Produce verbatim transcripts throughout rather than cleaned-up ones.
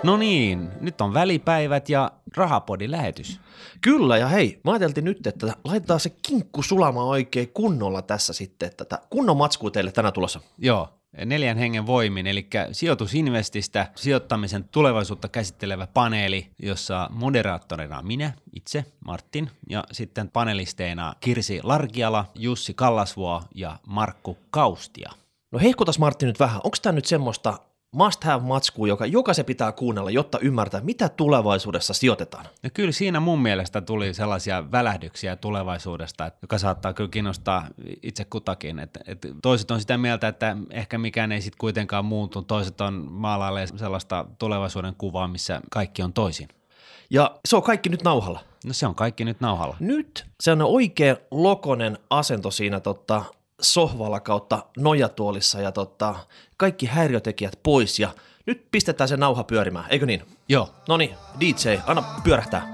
No niin, nyt on välipäivät ja Rahapodin lähetys. Kyllä, ja hei, mä ajateltiin nyt, että laitetaan se kinkku sulamaan oikein kunnolla tässä sitten, että tätä kunnon matskua teille tänään tulossa. Joo, neljän hengen voimin, eli Sijoitusinvestistä sijoittamisen tulevaisuutta käsittelevä paneeli, jossa moderaattorina minä, itse, Martin, ja sitten panelisteina Kirsi Larkiala, Jussi Kallasvuo ja Markku Kaustia. No hehkutas Martti nyt vähän, onko tämä nyt semmoista must have matskua, joka jokaisen pitää kuunnella, jotta ymmärtää, mitä tulevaisuudessa sijoitetaan? No kyllä siinä mun mielestä tuli sellaisia välähdyksiä tulevaisuudesta, joka saattaa kyllä kiinnostaa itse kutakin. Et, et toiset on sitä mieltä, että ehkä mikään ei sitten kuitenkaan muutu, toiset on maalailleet sellaista tulevaisuuden kuvaa, missä kaikki on toisin. Ja se on kaikki nyt nauhalla. No se on kaikki nyt nauhalla. Nyt se on oikein lokonen asento siinä totta, sohvalla kautta nojatuolissa ja totta, kaikki häiriötekijät pois ja nyt pistetään se nauha pyörimään, eikö niin? Joo. Noniin, D J, anna pyörähtää.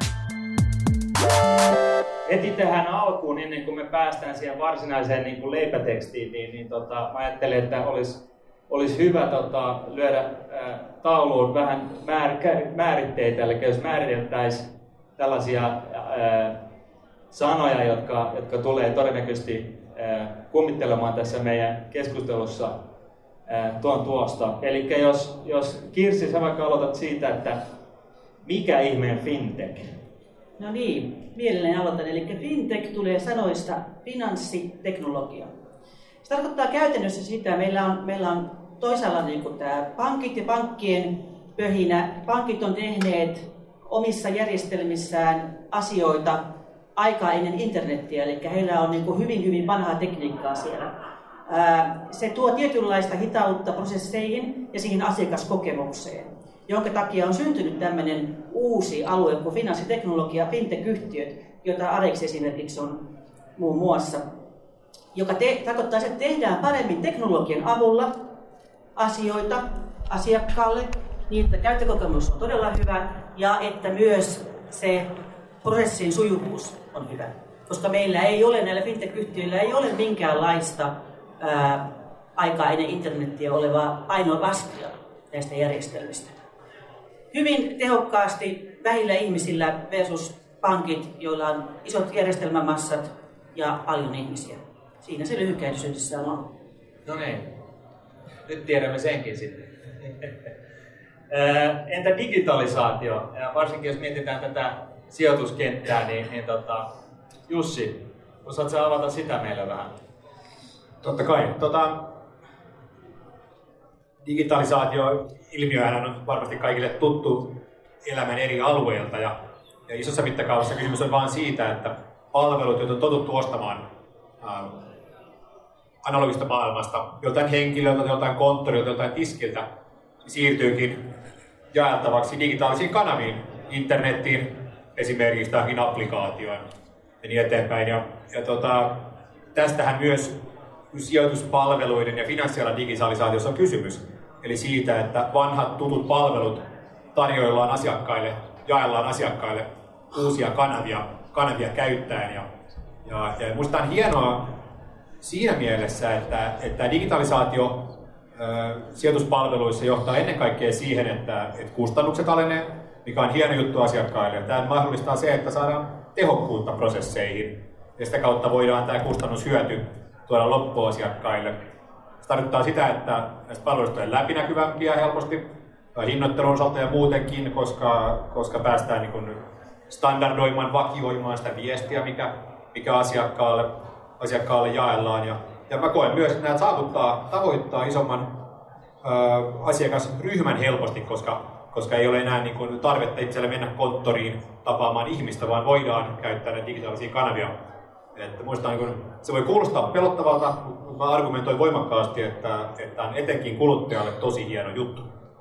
Heti tähän alkuun, ennen kuin me päästään siihen varsinaiseen niin kuin leipätekstiin, niin, niin tota, mä ajattelin, että olisi, olisi hyvä tota, lyödä äh, tauluun vähän määr, määritteitä, eli jos määritettäisiin tällaisia äh, sanoja, jotka, jotka tulee todennäköisesti kummittelemaan tässä meidän keskustelussa tuon tuosta. Eli jos, jos Kirsi, sä vaikka aloitat siitä, että mikä ihmeen fintech? No niin, mielelläni aloitan. Eli fintech tulee sanoista finanssiteknologia. Se tarkoittaa käytännössä sitä, että meillä on, meillä on toisaalla niin kuin tämä pankit ja pankkien pöhinä. Pankit on tehneet omissa järjestelmissään asioita aikaa ennen internettiä, eli heillä on niin kuin hyvin, hyvin vanhaa tekniikkaa siellä. Se tuo tietynlaista hitautta prosesseihin ja siihen asiakaskokemukseen, jonka takia on syntynyt tämmöinen uusi alue kuin finanssiteknologia, fintech-yhtiöt, joita Arex esimerkiksi on muun muassa, joka te- tarkoittaa, että tehdään paremmin teknologian avulla asioita asiakkaalle, niin että käyttökokemus on todella hyvä ja että myös se prosessin sujuvuus on hyvä, koska meillä ei ole, näillä fintech-yhtiöillä ei ole minkäänlaista ää, aikaa ennen internettiä olevaa ainoa lastia näistä järjestelmistä. Hyvin tehokkaasti vähillä ihmisillä versus pankit, joilla on isot järjestelmämassat ja paljon ihmisiä. Siinä se lyhykäisyydessään on. No niin, nyt tiedämme senkin sitten. Entä digitalisaatio? Ja varsinkin jos mietitään tätä sijoituskenttää, niin, niin tota, Jussi, osaatko avata sitä meille vähän? Totta kai. Tota, digitalisaatio-ilmiöhän on varmasti kaikille tuttu elämän eri alueilta ja, ja isossa mittakaavassa kysymys on vain siitä, että palvelut, joita on totuttu ostamaan ää, analogista maailmasta, joltain henkilöltä, joltain konttorilta, joltain tiskiltä, siirtyykin jaeltavaksi digitaalisiin kanaviin, internettiin, esimerkiksi tähänkin applikaatioon ja niin eteenpäin. Ja, ja tota, tästähän myös sijoituspalveluiden ja finanssialan digitalisaatiossa on kysymys. Eli siitä, että vanhat tutut palvelut tarjoillaan asiakkaille, jaellaan asiakkaille uusia kanavia, kanavia käyttäen. Ja, ja, ja minusta on hienoa siinä mielessä, että, että digitalisaatio ää, sijoituspalveluissa johtaa ennen kaikkea siihen, että, että kustannukset alenee, mikä on hieno juttu asiakkaille. Tämä mahdollistaa se, että saadaan tehokkuutta prosesseihin ja sitä kautta voidaan tämä kustannushyöty tuoda loppuasiakkaille. Se tarkoittaa sitä, että näistä palveluista on läpinäkyvämpiä helposti hinnoittelun osalta ja muutenkin, koska, koska päästään niin kuin standardoimaan, vakioimaan sitä viestiä, mikä, mikä asiakkaalle, asiakkaalle jaellaan. Ja, ja mä koen myös, että nämä saavuttaa, tavoittaa isomman ö, asiakasryhmän helposti, koska koska ei ole enää niin kuin tarvetta itselle mennä konttoriin tapaamaan ihmistä, vaan voidaan käyttää näitä digitaalisia kanavia. Että muistan, niin kuin, se voi kuulostaa pelottavalta, mutta mä argumentoin voimakkaasti, että, että on etenkin kuluttajalle tosi hieno juttu.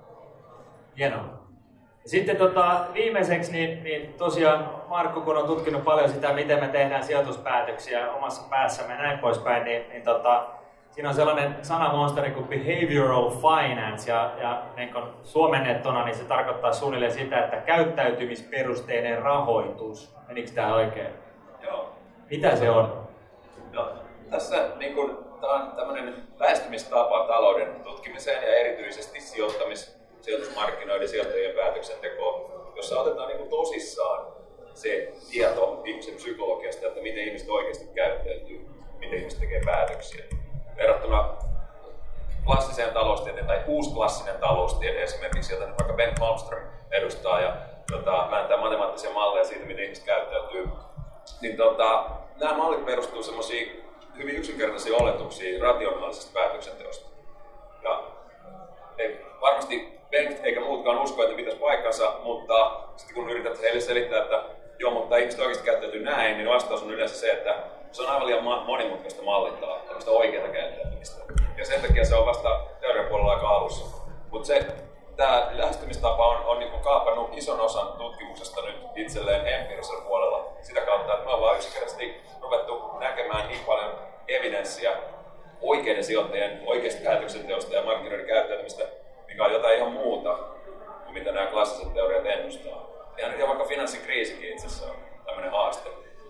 Hienoa. Sitten tota, viimeiseksi, niin, niin tosiaan Markku, kun on tutkinut paljon sitä, miten me tehdään sijoituspäätöksiä omassa päässämme ja näin poispäin, niin, niin tota, siinä on sellainen sanamonsteri kuin behavioral finance, ja, ja niin kuin suomennettuna niin se tarkoittaa suunnilleen sitä, että käyttäytymisperusteinen rahoitus. Menikö tämä oikein? Joo. Mitä se on? No, tässä niin kuin, tämä on tämmöinen lähestymistapa talouden tutkimiseen ja erityisesti sijoittamis, markkinoiden sijoittajien päätöksentekoon, jossa otetaan niin kuin tosissaan se tieto ihmisen psykologiasta, että miten ihmiset oikeasti käyttäytyy, miten ihmiset tekee päätöksiä. Verrattuna klassiseen taloustieteen tai uusklassinen taloustiede esimerkiksi, jota nyt vaikka Ben Malmström edustaa ja tota, vääntää matemaattisia malleja siitä, miten ihmiset käyttäytyy, niin tota, nämä mallit perustuu semmoisiin hyvin yksinkertaisiin oletuksiin rationaalisesta päätöksenteosta. Ja ei varmasti Bengt eikä muutkaan usko, että pitäisi paikkansa, mutta sitten kun yrität heille selittää, että joo, mutta ihmiset oikeasti käyttäytyy näin, niin vastaus on yleensä se, että se on aivan liian monimutkaista mallittaa tämmöistä oikeaa käyttäytymistä. Ja sen takia se on vasta teorian puolella aika alussa. Mutta se, tämä lähestymistapa on, on niin kaapannut ison osan tutkimuksesta nyt itselleen empiirisellä puolella sitä kautta, että me ollaan yksinkertaisesti ruvettu näkemään niin paljon evidenssiä oikeiden sijoittajien oikeasta päätöksenteosta ja markkinoiden käyttäytymistä, mikä on jotain ihan muuta kuin mitä nämä klassiset teoriat ennustaa. Ja vaikka finanssikriisikin itse asiassa on tämmöinen haaste.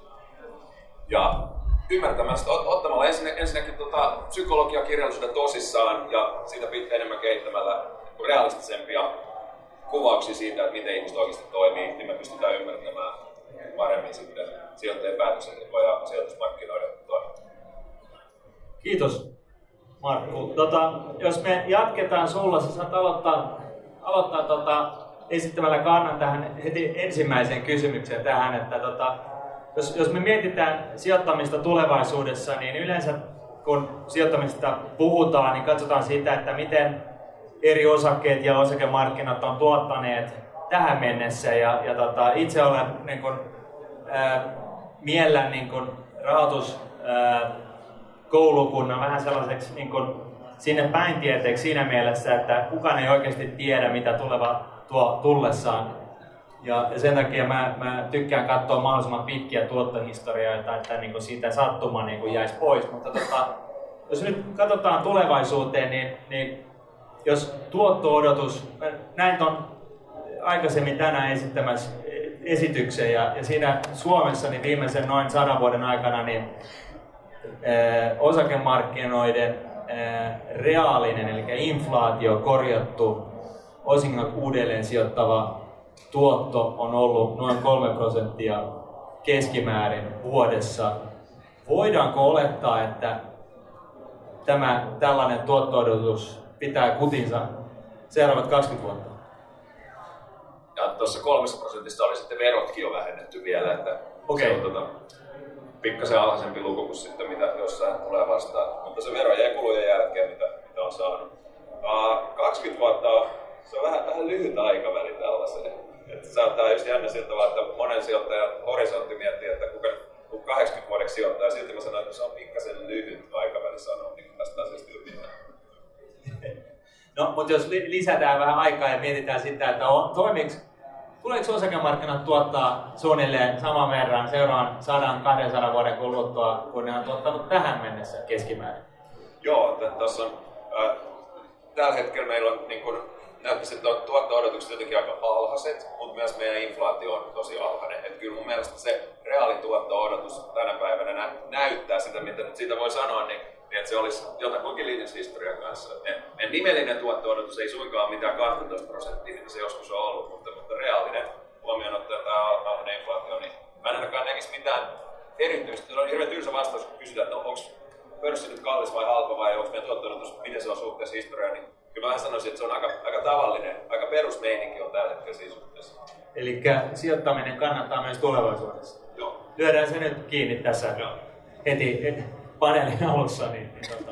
Ja ymmärtämällä sitä, ottamalla ensin, ensinnäkin tota, psykologiakirjallisuuden tosissaan ja siitä enemmän kehittämällä realistisempia kuvauksia siitä, että miten ihmiset oikeasti toimii, niin me pystytään ymmärtämään paremmin sitten sijoittajien päätöksentekoa ja sijoitusmarkkinoiden toimintaa. Kiitos, Markku. Tota, jos me jatketaan sulla, sä saat aloittaa, aloittaa tota, esittämällä kannan tähän heti ensimmäiseen kysymykseen tähän, että tota, jos, jos me mietitään sijoittamista tulevaisuudessa, niin yleensä kun sijoittamista puhutaan, niin katsotaan sitä, että miten eri osakkeet ja osakemarkkinat on tuottaneet tähän mennessä. Ja, ja tota, itse olen niin kun, ää, miellän niin kun, rahoitus ää, koulukunnan vähän sellaiseksi niin kun, sinne päin tieteeksi siinä mielessä, että kukaan ei oikeasti tiedä, mitä tuleva tuo tullessaan. Ja, ja sen takia mä, mä tykkään katsoa mahdollisimman pitkiä tuottohistorioita, että niin siitä sattuma niin jäisi pois. Mutta tota, jos nyt katsotaan tulevaisuuteen, niin, niin jos tuotto-odotus, näin on aikaisemmin tänään esittämässä esityksen ja, ja siinä Suomessa niin viimeisen noin sadan vuoden aikana niin, ää, osakemarkkinoiden ää, reaalinen, eli inflaatio korjattu, osingot uudelleen sijoittava tuotto on ollut noin kolme prosenttia keskimäärin vuodessa. Voidaanko olettaa, että tämä tällainen tuotto-odotus pitää kutinsa seuraavat kaksikymmentä vuotta? Ja tuossa kolmessa prosentista oli sitten verotkin jo vähennetty vielä, että okay. Se on tota, pikkasen alhaisempi luku kuin sitten mitä jossain tulee vastaan. Mutta se verojen ja kulujen jälkeen, mitä, mitä on saanut. Uh, kaksikymmentä vuotta on, se on vähän, vähän lyhyt aikaväli tällaiseen. Että saattaa just jännä siltä vaan, että monen sijoittajan horisontti miettii, että kuka, kuka kahdeksankymmentä vuodeksi sijoittaa, ja silti mä sanon, että se on pikkasen lyhyt aikaväli sanoa niin tästä asiasta yhtään. No, mutta jos lisätään vähän aikaa ja mietitään sitä, että on, toimiiko, tuleeko osakemarkkinat tuottaa suunnilleen saman verran seuraavan sata kaksisataa vuoden kuluttua, kun ne on tuottanut tähän mennessä keskimäärin? Joo, tuossa on, äh, tällä hetkellä meillä on niin kun, näyttäisi, että tuotto-odotukset jotenkin aika alhaiset, mutta myös meidän inflaatio on tosi alhainen. Et kyllä mun mielestä se reaalituotto-odotus tänä päivänä nä- näyttää sitä, mitä nyt siitä voi sanoa, niin, niin että se olisi jotakuinkin linjassa historian kanssa. Meidän nimellinen tuotto-odotus ei suinkaan mitään kaksitoista prosenttia, niin se joskus on ollut, mutta, mutta reaalinen huomioon ottaen tämä alhainen inflaatio, niin mä en ainakaan näkisi mitään erityistä. Se on hirveän tylsä vastaus, kun kysytään, että onko pörssi nyt kallis vai halpa vai onko meidän tuotto-odotus, miten se on suhteessa historiaan, niin kyllä mä sanoisin, että se on aika, aika tavallinen, aika perusmeininki on tällä hetkellä siinä suhteessa. Eli sijoittaminen kannattaa myös tulevaisuudessa. Joo. Lyödään se nyt kiinni tässä Joo. heti, heti paneelin alussa. Niin, niin tota.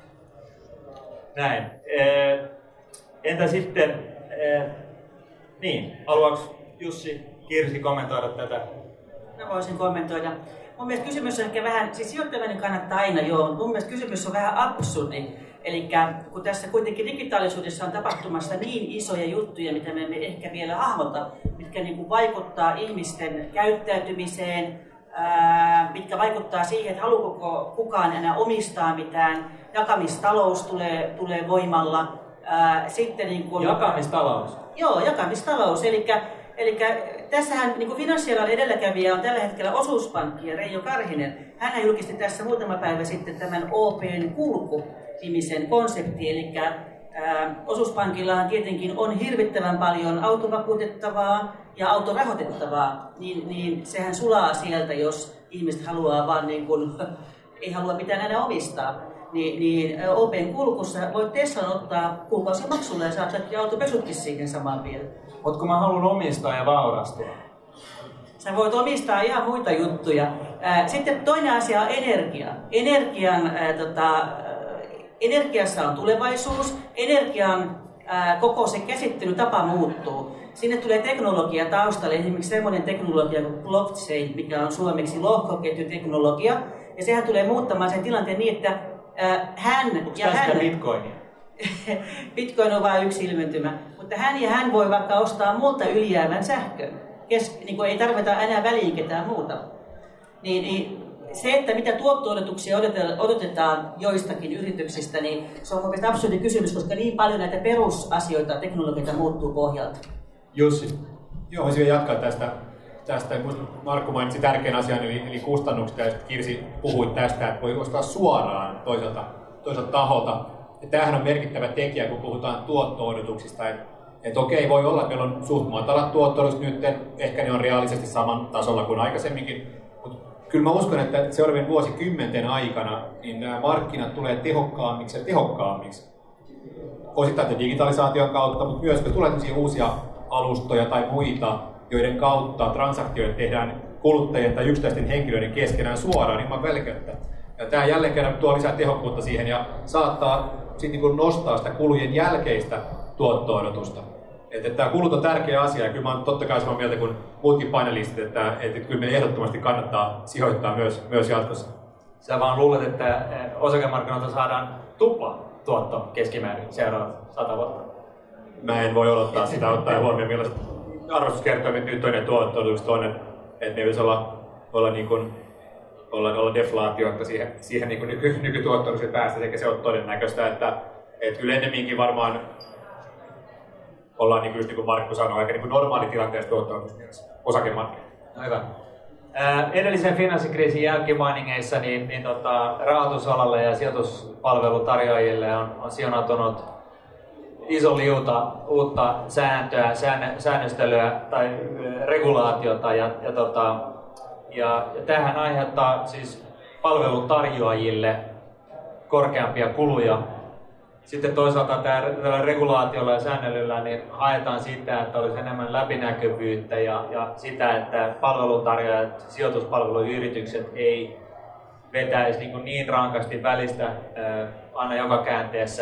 Näin. Eh, entä sitten, eh, niin, haluaako Jussi Kirsi kommentoida tätä? Mä voisin kommentoida. Mun mielestä kysymys on ehkä vähän, siis sijoittaminen kannattaa aina joo, mun mielestä kysymys on vähän absurdi. Eli kun tässä kuitenkin digitaalisuudessa on tapahtumassa niin isoja juttuja, mitä me emme ehkä vielä hahmota, mitkä niin kuin vaikuttaa ihmisten käyttäytymiseen, ää, mitkä vaikuttaa siihen, että haluuko kukaan enää omistaa mitään, jakamistalous tulee, tulee voimalla. Ää, sitten niin kuin, jakamistalous? Joo, jakamistalous. Eli, eli tässähän niin kuin finanssialan edelläkävijä on tällä hetkellä osuuspankki ja Reijo Karhinen. Hän julkisti tässä muutama päivä sitten tämän O P:n kulku nimisen konsepti, eli osuuspankillahan tietenkin on hirvittävän paljon autovakuutettavaa ja autorahoitettavaa, niin, niin sehän sulaa sieltä, jos ihmiset haluaa vaan niin kuin, ei halua mitään enää omistaa. Niin, niin Open kulkussa voit Teslan ottaa kuukausimaksulla ja saat kaikki autopesutkin siihen samaan vielä. Mutta kun mä haluan omistaa ja vaurastua. Sä voit omistaa ihan muita juttuja. Sitten toinen asia on energia. Energian, ää, tota, energiassa on tulevaisuus. Energian ää, koko se käsittelytapa muuttuu. Sinne tulee teknologia taustalle, esimerkiksi sellainen teknologia kuin blockchain, mikä on suomeksi lohkoketjuteknologia. Ja sehän tulee muuttamaan sen tilanteen niin, että ää, hän Onko ja hän... Bitcoinia? Bitcoin on vain yksi ilmentymä, mutta hän ja hän voi vaikka ostaa multa ylijäävän sähkön. Kes, niin kuin ei tarvita enää väliin ketään muuta. Niin, niin se, että mitä tuotto-odotuksia odotetaan joistakin yrityksistä, niin se on oikeastaan absurdi kysymys, koska niin paljon näitä perusasioita, teknologioita muuttuu pohjalta. Jussi. Joo, voisin vielä jatkaa tästä. tästä. Markku mainitsi tärkeän asian, eli, eli kustannukset, ja Kirsi puhui tästä, että voi ostaa suoraan toiselta, toiselta taholta. Ja tämähän on merkittävä tekijä, kun puhutaan tuotto-odotuksista. Että et okei, voi olla, että meillä on suht matalat tuotto-odotukset nyt, ehkä ne on reaalisesti saman tasolla kuin aikaisemminkin. Mutta kyllä mä uskon, että seuraavien vuosikymmenten aikana niin nämä markkinat tulee tehokkaammiksi ja tehokkaammiksi. Osittain digitalisaation kautta, mutta myös kun tulee uusia alustoja tai muita, joiden kautta transaktioita tehdään kuluttajien tai yksittäisten henkilöiden keskenään suoraan ilman velkeyttä. Ja tämä jälleen kerran tuo lisää tehokkuutta siihen ja saattaa sitten niin nostaa sitä kulujen jälkeistä tuotto-odotusta. Että, että tämä kulut on tärkeä asia ja kyllä mä olen totta kai samaa mieltä kuin muutkin panelistit, että, että, että kyllä meidän ehdottomasti kannattaa sijoittaa myös, myös jatkossa. Sä vaan luulet, että osakemarkkinoilta saadaan tupla tuotto keskimäärin seuraavat sata vuotta? Mä en voi odottaa sitä ottaa huomioon, millaista arvostuskertoimet nyt on ja tuotto-odotukset on, että, että ne voisi olla, olla, niin kuin, olla, olla deflaatioita siihen, siihen niin kuin nyky, nykytuotto-odotukset päästä, eikä se ole todennäköistä, että, että kyllä ennemminkin varmaan ollaan niin kuin, just niin kuin Markku sanoi, aika niin normaalitilanteessa tuotto-odotusmielessä osakemarkkinoilla. No hyvä. Ää, edellisen finanssikriisin jälkimainingeissa niin, niin tota, rahoitusalalle ja sijoituspalvelutarjoajille on, on sijoittautunut iso liuta uutta sääntöä, säännöstelyä tai regulaatiota ja, ja, tota, ja, ja tähän aiheuttaa siis palveluntarjoajille korkeampia kuluja. Sitten toisaalta tällä regulaatiolla ja säännöllä niin haetaan sitä, että olisi enemmän läpinäkyvyyttä ja, ja sitä, että palveluntarjoajat, sijoituspalveluyritykset ei vetäisi niin, niin rankasti välistä äh, aina joka käänteessä.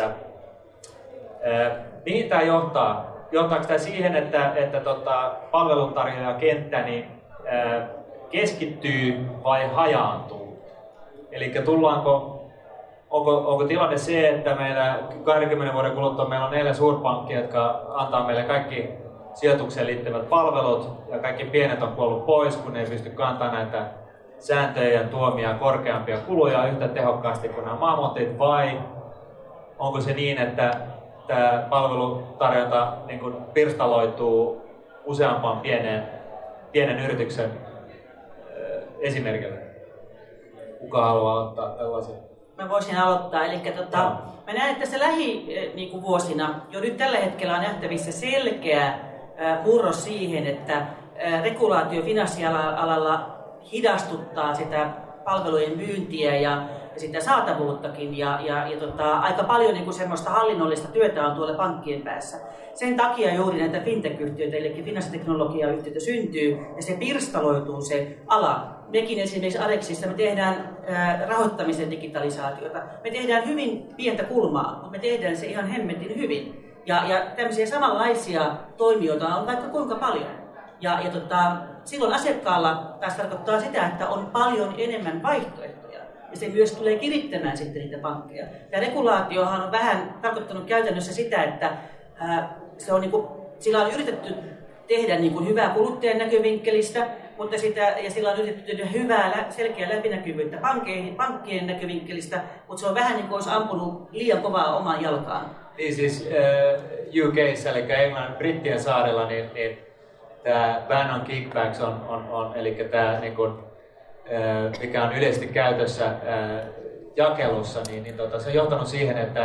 Äh, mihin tämä johtaa? Johtaako tämä siihen, että, että tota, palveluntarjoajakenttä niin, äh, keskittyy vai hajaantuu? Eli tullaanko Onko, onko tilanne se, että meillä kaksikymmentä vuoden kuluttua meillä on neljä suurpankkia, jotka antaa meille kaikki sijoitukseen liittyvät palvelut ja kaikki pienet on kuollut pois, kun ne ei pysty kantamaan näitä sääntöjä ja tuomia korkeampia kuluja yhtä tehokkaasti kuin nämä maamotit, vai onko se niin, että tämä palvelutarjonta niin kuin pirstaloituu useampaan pienen, pienen yrityksen esimerkillä? Kuka haluaa ottaa tällaisia? Mä voisin aloittaa. Eli tota, mä näen, että tässä lähivuosina jo nyt tällä hetkellä on nähtävissä selkeä murros siihen, että regulaatio finanssialalla hidastuttaa sitä palvelujen myyntiä ja, ja sitä saatavuuttakin. Ja, ja, ja tota, aika paljon niin kuin semmoista hallinnollista työtä on tuolla pankkien päässä. Sen takia juuri näitä fintech-yhtiöitä, eli finanssiteknologiayhtiöitä syntyy ja se pirstaloituu se ala. Mekin esimerkiksi Alexissa me tehdään ää, rahoittamisen digitalisaatiota. Me tehdään hyvin pientä kulmaa, mutta me tehdään se ihan hemmetin hyvin. Ja, ja tämmöisiä samanlaisia toimijoita on vaikka kuinka paljon. Ja, ja tota, silloin asiakkaalla taas tarkoittaa sitä, että on paljon enemmän vaihtoehtoja. Ja se myös tulee kirittämään sitten niitä pankkeja. Ja regulaatiohan on vähän tarkoittanut käytännössä sitä, että ää, se on niinku, sillä on yritetty tehdä niinku hyvää kuluttajan näkövinkkelistä, mutta sitä, ja sillä on yritetty tehdä hyvää, selkeää läpinäkyvyyttä pankkien, pankkien näkövinkkelistä, mutta se on vähän niin kuin olisi ampunut liian kovaa omaan jalkaan. Niin siis äh, U K:ssä, eli Englannin brittien saarella, niin, niin tämä ban on kickbacks on, on, on eli tämä niin kuin, äh, mikä on yleisesti käytössä äh, jakelussa, niin, niin tota, se on johtanut siihen, että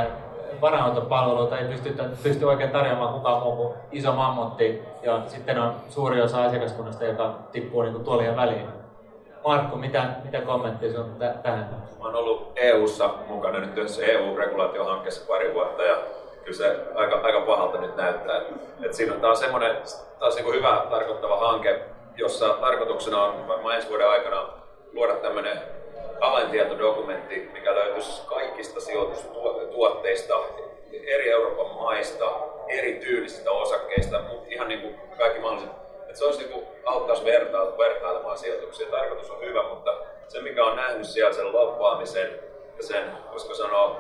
varainhoitopalveluita ei pysty, pysty oikein tarjoamaan kukaan muu kuin iso mammotti, ja sitten on suuri osa asiakaskunnasta, joka tippuu niin kuin tuolien väliin. Markku, mitä, mitä kommentteja on t- tähän? Mä oon ollut E U:ssa mukana nyt yhdessä E U-regulaatiohankkeessa pari vuotta, ja kyllä se aika, aika pahalta nyt näyttää. Et siinä on, tää on semmoinen taas niin kuin hyvä tarkoittava hanke, jossa tarkoituksena on varmaan ensi vuoden aikana luoda tämmöinen avaintietodokumentti, mikä löytyisi kaikista sijoitustuotteista, eri Euroopan maista, eri tyylisistä osakkeista, mutta ihan niin kuin kaikki mahdolliset. Et se olisi niin kuin, auttaisi verta- vertailemaan sijoituksia. Tarkoitus on hyvä, mutta se mikä on nähnyt siellä sen loppaamisen ja sen, voisiko sanoa,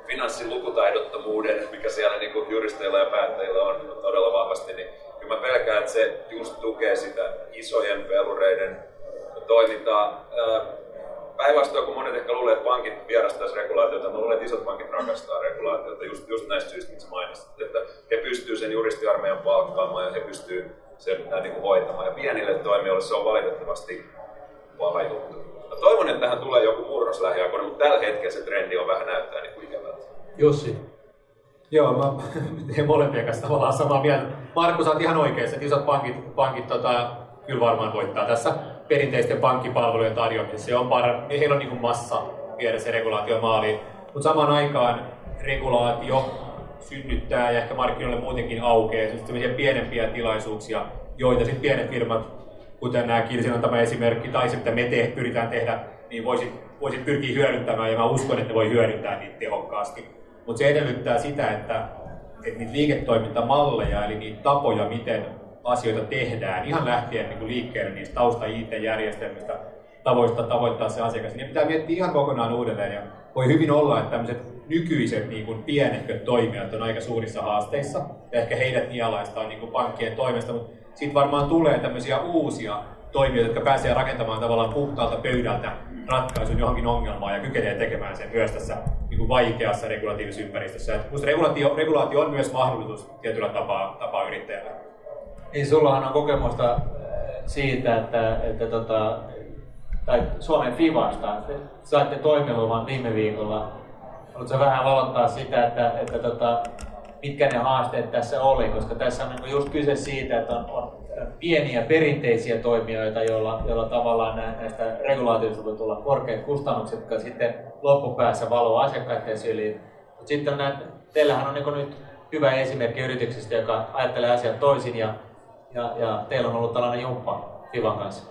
finanssilukutaidottomuuden, mikä siellä niin kuin juristeilla ja päättäjillä on todella vahvasti, niin kyllä mä pelkään, että se just tukee sitä isojen pelureiden toimintaa. Päinvastoin, kun monet ehkä luulee, että pankit vierastaisi regulaatiota, mä luulen, että isot pankit rakastaa regulaatiota just, just näistä syistä, mitä mainitsit, että he pystyvät sen juristiarmeijan palkkaamaan ja he pystyvät sen niin kuin hoitamaan. Ja pienille toimijoille se on valitettavasti paha juttu. Mä toivon, että tähän tulee joku murros lähiaikoina, mutta tällä hetkellä se trendi on vähän näyttää niin kuin ikävältä. Jussi. Joo, mä teen molempien kanssa tavallaan samaa mieltä. Markku, sä oot ihan oikeassa, että isot pankit, pankit tota, kyllä varmaan voittaa tässä perinteisten pankkipalvelujen tarjoamisessa. Se on para, heillä on niin kuin massa viedä se regulaatio maaliin, mutta samaan aikaan regulaatio synnyttää ja ehkä markkinoille muutenkin aukeaa sellaisia pienempiä tilaisuuksia, joita sitten pienet firmat, kuten nämä Kirsin antama esimerkki, tai se mitä me te, pyritään tehdä, niin voisit, voisit pyrkiä hyödyntämään, ja mä uskon, että ne voi hyödyntää niitä tehokkaasti. Mutta se edellyttää sitä, että, että niitä liiketoimintamalleja, eli niitä tapoja, miten asioita tehdään, ihan lähtien niin kuin liikkeelle niistä tausta-I T-järjestelmistä, tavoista tavoittaa se asiakas, niin pitää miettiä ihan kokonaan uudelleen. Ja voi hyvin olla, että tämmöiset nykyiset niin kuin pienehköt toimijat on aika suurissa haasteissa, ja ehkä heidät nialaistaan niin kuin pankkien toimesta, mutta sitten varmaan tulee tämmöisiä uusia toimijoita, jotka pääsee rakentamaan tavallaan puhtaalta pöydältä ratkaisun johonkin ongelmaan ja kykenee tekemään sen myös tässä niin kuin vaikeassa regulatiivisessa ympäristössä. Minusta regulaatio, regulaatio on myös mahdollisuus tietyllä tapaa, tapaa yrittäjälle. Niin, sullahan on kokemusta siitä, että, että tota, tai Suomen Fivasta, saitte toimiluvan viime viikolla. Haluatko vähän valottaa sitä, että, että tota, mitkä ne haasteet tässä oli, koska tässä on just kyse siitä, että on, on pieniä perinteisiä toimijoita, joilla, joilla tavallaan näistä regulaatioista voi tulla korkeat kustannukset, jotka sitten loppupäässä valoo asiakkaiden syliin. Mutta sitten näet, teillähän on niin nyt hyvä esimerkki yrityksestä, joka ajattelee asiat toisin, ja, ja, ja teillä on ollut tällainen jumppa Fivan kanssa.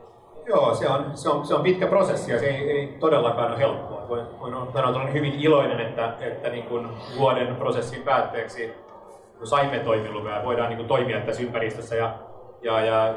Joo, se on, se on, se on pitkä prosessi ja se ei, ei todellakaan ole helppoa. Voin, voin olla hyvin iloinen, että, että niin kuin vuoden prosessin päätteeksi kun saimme toimiluvan ja voidaan niin kuin toimia tässä ympäristössä. Ja, ja, ja,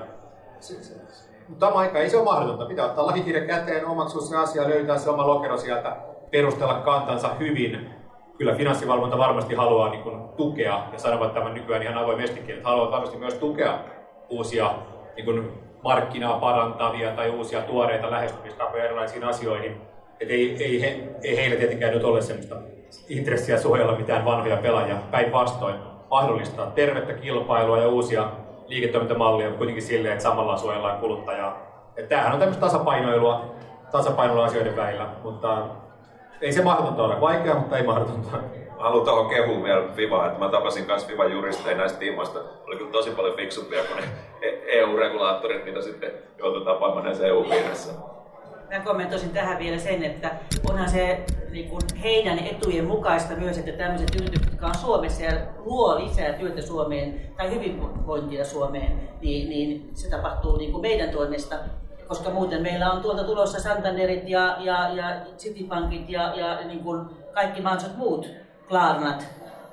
mutta samaan aikaan ei se ole mahdotonta. Pitää ottaa lakikirja käteen, omaksua se asia, löytää se oma lokero sieltä, perustella kantansa hyvin. Kyllä finanssivalvonta varmasti haluaa niin kuin tukea ja sanovat tämän nykyään ihan avoimestikin, että haluavat varmasti myös tukea uusia niin kuin markkinaa parantavia tai uusia tuoreita lähestymistapoja erilaisiin asioihin. Et ei, ei, he, ei heillä tietenkään nyt ole sellaista intressiä suojella mitään vanhoja pelaajia. Päinvastoin mahdollistaa tervettä kilpailua ja uusia liiketoimintamallia kuitenkin silleen, että samalla suojellaan kuluttajaa. Et tämähän on tämmöistä tasapainoilua, tasapainoilua asioiden välillä, mutta ei se mahdotonta ole. Vaikea, mutta ei mahdotonta. Mä haluan tuohon kehuun vielä Fivaa, että mä tapasin myös Fivan juristeja näistä tiimoista. Oli kyllä tosi paljon fiksumpia kuin ne E U-regulaattorit, mitä sitten joutui tapaamaan näissä E U-piirissä. Mä kommentoisin tähän vielä sen, että onhan se niin kuin heidän etujen mukaista myös, että tämmöiset yritykset, jotka on Suomessa ja luo lisää työtä Suomeen tai hyvinvointia Suomeen, niin, niin se tapahtuu niin kuin meidän toimesta. Koska muuten meillä on tuolta tulossa Santanderit ja, ja, ja Citibankit ja, ja niin kuin kaikki mahdolliset muut Klarnat,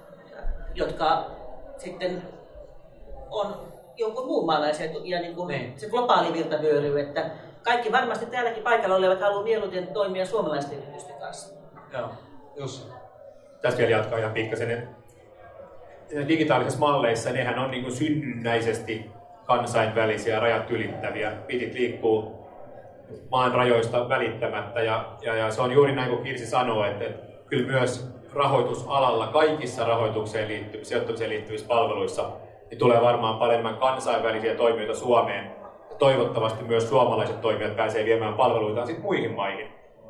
jotka sitten on jonkun muun maalaisia ja niin kuin niin. Se globaali virtavyöry, että kaikki varmasti täälläkin paikalla olevat haluaa mieluiten toimia suomalaisten yritysten kanssa. Joo, just. Tästä vielä jatkaa ihan pikkasen. Digitaalisissa malleissa nehän on niin kuin synnynnäisesti kansainvälisiä, rajat ylittäviä. Bitit liikkuu maan rajoista välittämättä ja, ja, ja se on juuri näin kuin Kirsi sanoo, että, että kyllä myös rahoitusalalla kaikissa rahoitukseen liittyvissä, sijoittamiseen liittyvissä palveluissa niin tulee varmaan paremman kansainvälisiä toimijoita Suomeen. Ja toivottavasti myös suomalaiset toimijat pääsee viemään palveluitaan sitten muihin maihin.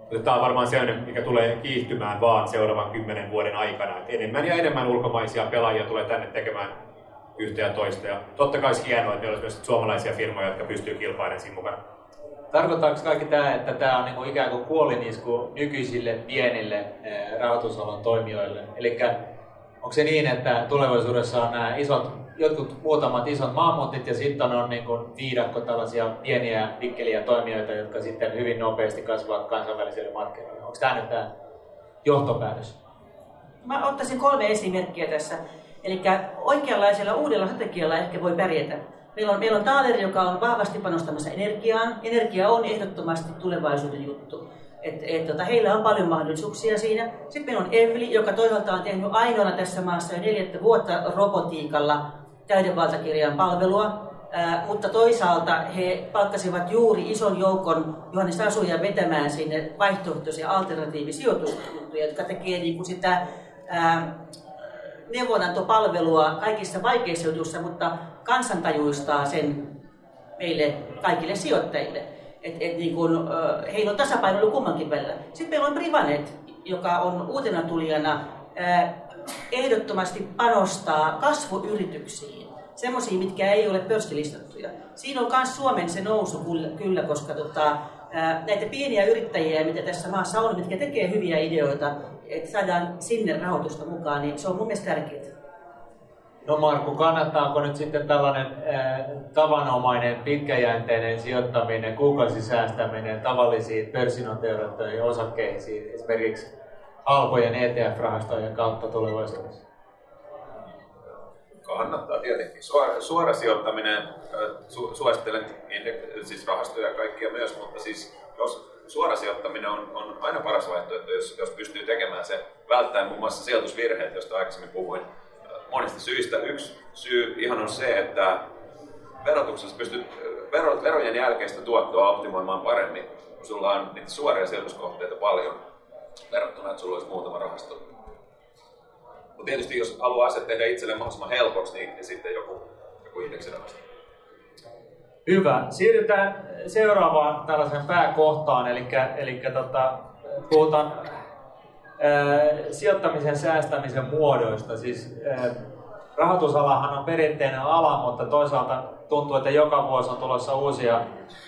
Mutta tämä on varmaan sellainen, mikä tulee kiihtymään vaan seuraavan kymmenen vuoden aikana. Et enemmän ja enemmän ulkomaisia pelaajia tulee tänne tekemään yhtä ja toista. Ja totta kai olisi hienoa, että meillä olisi myös suomalaisia firmoja, jotka pystyy kilpailemaan siinä mukana. Tarkoittaako kaikki tämä, että tämä on niinku ikään kuin kuolinisku nykyisille pienille rahoitusalan toimijoille? Eli onko se niin, että tulevaisuudessa on nämä isot, jotkut muutamat isot mammutit ja sitten on niin kuin viidakko tällaisia pieniä tikkeliä toimijoita, jotka sitten hyvin nopeasti kasvavat kansainvälisille markkinoille? Onko tämä nyt tämä johtopäätös? Mä ottaisin kolme esimerkkiä tässä. Eli oikeanlaisella uudella strategialla ehkä voi pärjätä. Meillä on, meillä on Taaleri, joka on vahvasti panostamassa energiaan. Energia on ehdottomasti tulevaisuuden juttu. Et, et, tota, heillä on paljon mahdollisuuksia siinä. Sitten meillä on Evli, joka toisaalta on tehnyt ainoana tässä maassa jo neljättä vuotta robotiikalla täyden valtakirjan palvelua. Ää, mutta toisaalta he palkkasivat juuri ison joukon Johannes Asuja vetämään sinne vaihtoehtoisia alternatiivisijoitusjuttuja, jotka tekee niin kuin sitä ää, neuvonantopalvelua kaikissa vaikeissa jutuissa, mutta kansantajuistaa sen meille kaikille sijoittajille. Et, et niin kun, äh, heillä on tasapainoilu kummankin välillä. Sitten meillä on Privanet, joka on uutena tulijana äh, ehdottomasti panostaa kasvuyrityksiin, semmoisiin, mitkä ei ole pörssilistattuja. Siinä on myös Suomen se nousu kyllä, koska tota, äh, näitä pieniä yrittäjiä, mitä tässä maassa on, mitkä tekee hyviä ideoita, että saadaan sinne rahoitusta mukaan, niin se on mun mielestä tärkeää. No Markku, kannattaako nyt sitten tällainen äh, tavanomainen, pitkäjänteinen sijoittaminen, kuukausisäästäminen tavallisiin pörssinoteerattuihin osakkeisiin, esimerkiksi halpojen E T F-rahastojen kautta tulevaisuudessa? Kannattaa tietenkin. Suora, suora sijoittaminen, su, suosittelen siis rahastoja ja kaikkia myös, mutta siis jos suora sijoittaminen on, on aina paras vaihtoehto, jos, jos pystyy tekemään se, välttäen muun muassa sijoitusvirheet, joista aikaisemmin puhuin. Monista syistä. Yksi syy ihan on se, että verotuksessa pystyt vero, verojen jälkeistä tuottoa optimoimaan paremmin, kun sulla on niitä suoria sijoituskohteita paljon verrattuna, että sulla olisi muutama rahasto. Mutta tietysti jos haluaa asiat tehdä itselleen mahdollisimman helpoksi, niin, niin sitten joku, joku indeksirahasto. Hyvä. Siirrytään seuraavaan tällaiseen pääkohtaan, eli, eli tota, puhutaan sijoittamisen säästämisen muodoista. Siis, rahoitusalahan on perinteinen ala, mutta toisaalta tuntuu, että joka vuosi on tulossa uusia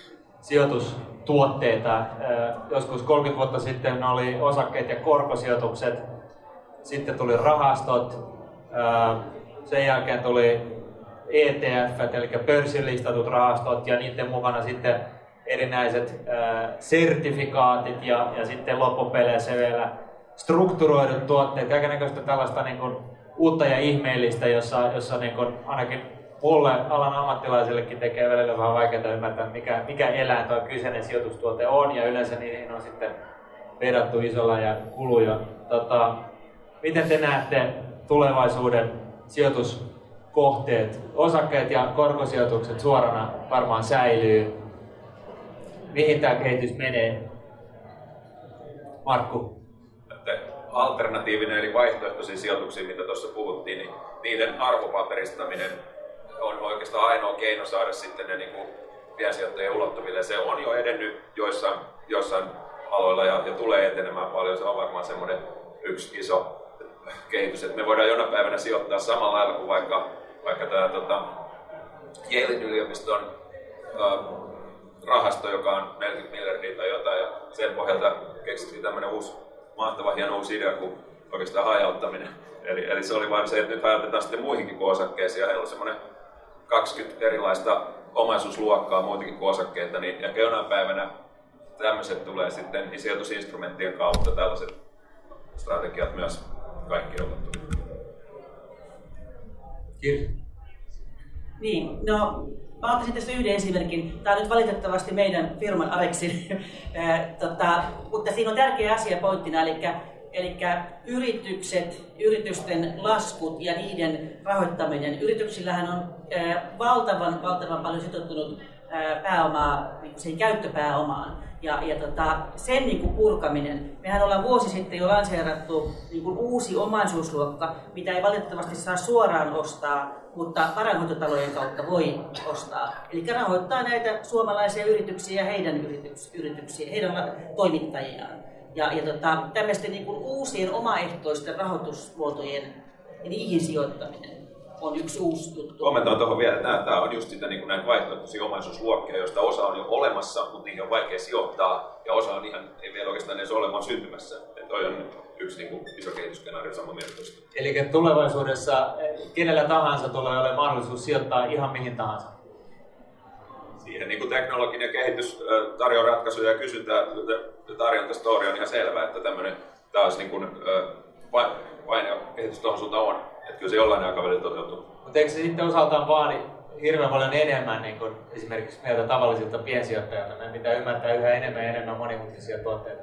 sijoitustuotteita. Joskus kolmekymmentä vuotta sitten oli osakkeet ja korkosijoitukset, sitten tuli rahastot, sen jälkeen tuli E T F, eli pörssilistatut rahastot ja niiden mukana sitten erinäiset sertifikaatit ja, ja sitten loppupeleissä vielä strukturoidut tuotteet, kaikennäköistä tällaista niin kuin uutta ja ihmeellistä, jossa, jossa niin kuin ainakin mulle alan ammattilaisillekin tekee välillä vähän vaikeaa ymmärtää, mikä, mikä eläin tuo kyseinen sijoitustuote on, ja yleensä niihin on sitten vedattu isolla ja kuluja. Tota, miten te näette tulevaisuuden sijoituskohteet? Osakkeet ja korkosijoitukset suorana varmaan säilyy. Mihin tämä kehitys menee? Markku? Alternatiivinen eli vaihtoehtoisiin sijoituksiin, mitä tuossa puhuttiin, niin niiden arvopaperistaminen on oikeastaan ainoa keino saada sitten ne niin kuin piensijoittajien ulottuville. Se on jo edennyt joissain, joissain aloilla ja, ja tulee etenemään paljon. Se on varmaan semmoinen yksi iso kehitys, että me voidaan jonain päivänä sijoittaa samalla lailla kuin vaikka, vaikka tämä tota, Yalein yliopiston äh, rahasto, joka on neljäkymmentä miljardia tai jotain, ja sen pohjalta keksittiin tämmöinen uusi mahtava hieno uusi idea kuin oikeastaan hajauttaminen. Eli, eli se oli vain se, että nyt hajatetaan sitten muihinkin kuin osakkeisiin, ja heillä on semmoinen kaksikymmentä erilaista omaisuusluokkaa muitakin kuin osakkeita, niin ehkä jonain päivänä tämmöiset tulee sitten sijoitusinstrumenttien kautta, tällaiset strategiat myös kaikki ulottuu. Kirsi. Niin, no mä ottaisin tästä yhden esimerkin. Tämä on nyt valitettavasti meidän firman Arexin, tota, mutta siinä on tärkeä asia pointtina, eli, eli yritykset, yritysten laskut ja niiden rahoittaminen. Yrityksillähän on ää, valtavan, valtavan paljon sitoutunut pääomaa niin sen käyttöpääomaan. Ja, ja tota, sen niin kuin purkaminen, mehän ollaan vuosi sitten jo lanseerattu niin kuin uusi omaisuusluokka, mitä ei valitettavasti saa suoraan ostaa, mutta varainhoitotalojen kautta voi ostaa. Eli rahoittaa näitä suomalaisia yrityksiä ja heidän yrityks, yrityksiä, heidän toimittajiaan. Ja, ja tota, tämmöisten niin kuin uusien omaehtoisten rahoitusmuotojen ja niihin sijoittaminen on yksi uusi juttu. Kommentoin tuohon vielä, että tämä on just sitä niin kuin näitä vaihtoehtoisia omaisuusluokkia, joista osa on jo olemassa, mutta niihin on vaikea sijoittaa, ja osa on ihan, ei vielä oikeastaan edes olemaan syntymässä. Että toi on yksi niin kuin iso kehitysskenaario saman merkitystä. Eli tulevaisuudessa kenellä tahansa tulee olemaan mahdollisuus sijoittaa ihan mihin tahansa? Siihen niin kuin teknologinen kehitys tarjoaa ratkaisuja ja kysyntää, tarjontastory on ihan selvä, että tämmöinen taas niin kuin, paine ja kehitys tuohon suuntaan on. Että kyllä se jollain aikavälillä toteutuu. Mutta eikö se sitten osaltaan vaadi hirveän paljon enemmän niin kuin esimerkiksi meiltä tavallisilta piensijoittajilta? Meidän pitää ymmärtää yhä enemmän ja enemmän monimutkaisia tuotteita.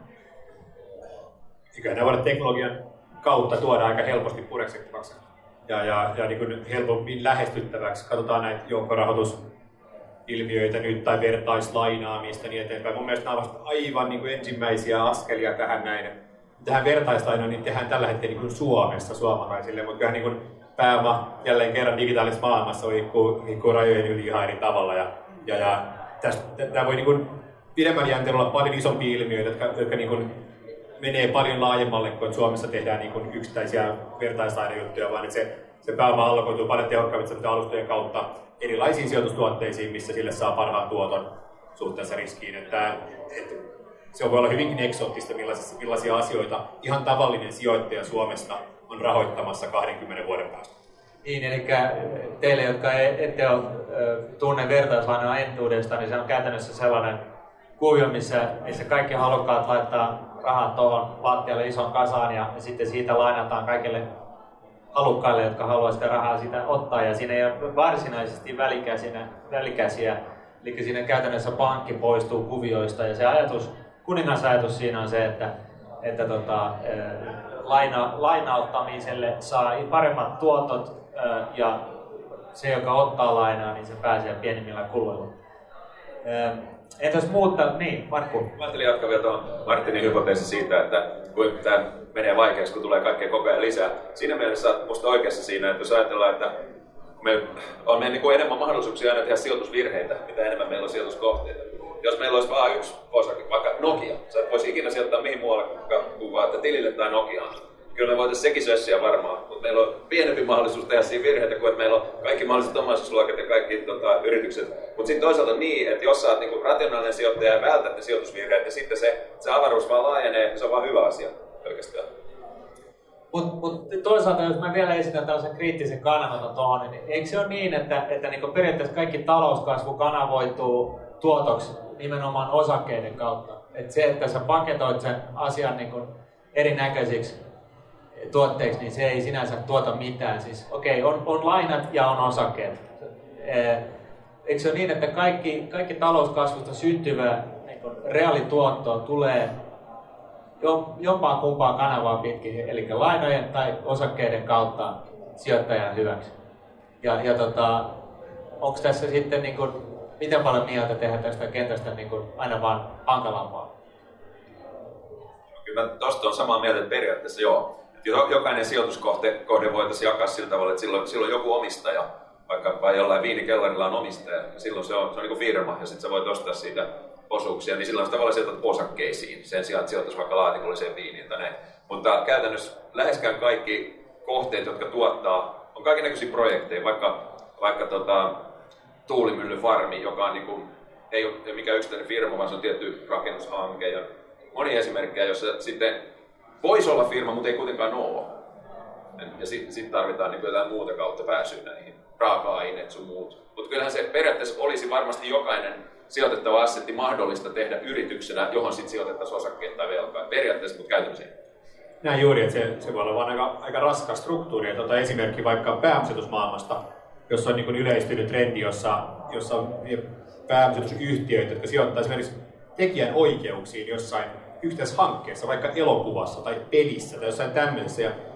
Eiköhän ne voida teknologian kautta tuoda aika helposti pureksettavaksi ja, ja, ja niin kuin helpommin lähestyttäväksi. Katsotaan näitä joukkorahoitusilmiöitä nyt tai vertaislainaamista niin eteenpäin. Mun mielestä nämä ovat aivan niin kuin ensimmäisiä askelia tähän näin. Tähän vertaislainoon niin tehdään tällä hetkellä niin Suomessa suomalaisille, mutta kyllähän niin pääoma jälleen kerran digitaalisessa maailmassa liikkuu, liikkuu rajojen yli ihan eri tavalla. Ja, ja, ja tämä voi niin kuin pidemmän jänteellä olla paljon isompia ilmiöitä, jotka, jotka niin kuin menee paljon laajemmalle kuin että Suomessa tehdään niin kuin yksittäisiä vertaislainajuttuja, vaan että se, se pääoma allokoituu paljon tehokkaammin alustojen kautta erilaisiin sijoitustuotteisiin, missä sille saa parhaan tuoton suhteessa riskiin. Että, että se voi olla hyvinkin eksoottista, millaisia, millaisia asioita ihan tavallinen sijoittaja Suomesta on rahoittamassa kahdenkymmenen vuoden päästä. Niin, eli teille, jotka ette ole tunne vertaislainoa entuudesta, niin se on käytännössä sellainen kuvio, missä, missä kaikki halukkaat laittaa rahat tuohon lattialle ison kasaan ja, ja sitten siitä lainataan kaikille halukkaille, jotka haluavat sitä rahaa sitä ottaa. Ja siinä ei ole varsinaisesti välikäsiä, välikäsiä eli siinä käytännössä pankki poistuu kuvioista ja se ajatus, kuningasajatus siinä on se, että, että tota, laina, lainauttamiselle saa paremmat tuotot ja se, joka ottaa lainaa, niin se pääsee pienimmillä kuluilla. Entäs muutta? Niin, Markku. Mä ajattelin jatkaa vielä tuohon Martinin hypoteesi siitä, että kun tämä menee vaikeaksi, kun tulee kaikkea koko ajan lisää. Siinä mielessä olet musta oikeassa siinä, että jos ajatellaan, että me on meillä niin enemmän mahdollisuuksia aina tehdä sijoitusvirheitä, mitä enemmän meillä on sijoituskohteita. Jos meillä olisi vain yksi osake, vaikka Nokia, sä et voisi ikinä sijoittaa mihin muualle kuin vaan tilille tai Nokiaan. Kyllä me voitaisiin sekin sössiä varmaan, mutta meillä on pienempi mahdollisuus tehdä siinä virheitä kuin että meillä on kaikki mahdolliset omaisuusluokat ja kaikki tota, yritykset. Mutta sitten toisaalta niin, että jos sä oot niinku rationaalinen sijoittaja ja vältät ne sijoitusvirheet ja sitten se, se avaruus vaan laajenee, niin se on vaan hyvä asia oikeastaan. Mutta mut toisaalta, jos mä vielä esitän tällaisen kriittisen kannanoton tuohon, niin eikö se ole niin, että, että niinku periaatteessa kaikki talouskasvu kanavoituu tuotoksi nimenomaan osakkeiden kautta? Et se, että sä paketoit sen asian niinku erinäköisiksi tuotteiksi, niin se ei sinänsä tuota mitään. Siis, okei, okay, on, on lainat ja on osakkeet. Eikö se ole niin, että kaikki, kaikki talouskasvusta syntyvä niin reaalituotto tulee jompaan kumpaan kanavaa pitkin, eli lainojen tai osakkeiden kautta sijoittajan hyväksi. Ja, ja tota, onko tässä sitten, niin kuin, miten paljon mieltä tehdä tästä kentästä niin kuin, aina vaan hankalampaa? Kyllä tuosta on samaa mieltä, että periaatteessa joo. Jokainen sijoituskohde voitaisiin jakaa sillä tavalla, että silloin, silloin joku omistaja, vaikka vai jollain viinikellarilla on omistaja, ja silloin se on, se on niin kuin firma, ja sitten sä voit ostaa siitä osuuksia, niin silloin sä tavallaan sijoitat osakkeisiin, sen sijaan, että sijoittaisi vaikka laatikolliseen viiniin tai näin. Mutta käytännössä läheskään kaikki kohteet, jotka tuottaa, on kaikennäköisiä projekteja, vaikka, vaikka tota, tuulimyllyfarmi, joka on niin kuin, ei ole mikään yksittäinen firma, vaan se on tietty rakennushanke ja monia esimerkkejä, joissa sitten voisi olla firma, mutta ei kuitenkaan ole. Ja sitten sit tarvitaan niin jotain muuta kautta pääsyä näihin raaka-aineet sun muut. Mutta kyllähän se periaatteessa olisi varmasti jokainen sijoitettava assetti mahdollista tehdä yrityksenä, johon sitten sijoitettaisiin osakkeet tai velkaa. Periaatteessa, mutta käytännössä. Näin juuri, että se, se voi olla vaan aika, aika raskas struktuuri. Ja tuota esimerkki vaikka pääomasijoitusmaailmasta, jossa on niin kuin yleistynyt trendi, jossa, jossa on pääomasijoitusyhtiöitä, jotka sijoittaa esimerkiksi tekijän oikeuksiin jossain yksittäisessä hankkeessa, vaikka elokuvassa tai pelissä tai jossain tämmöisessä. Ja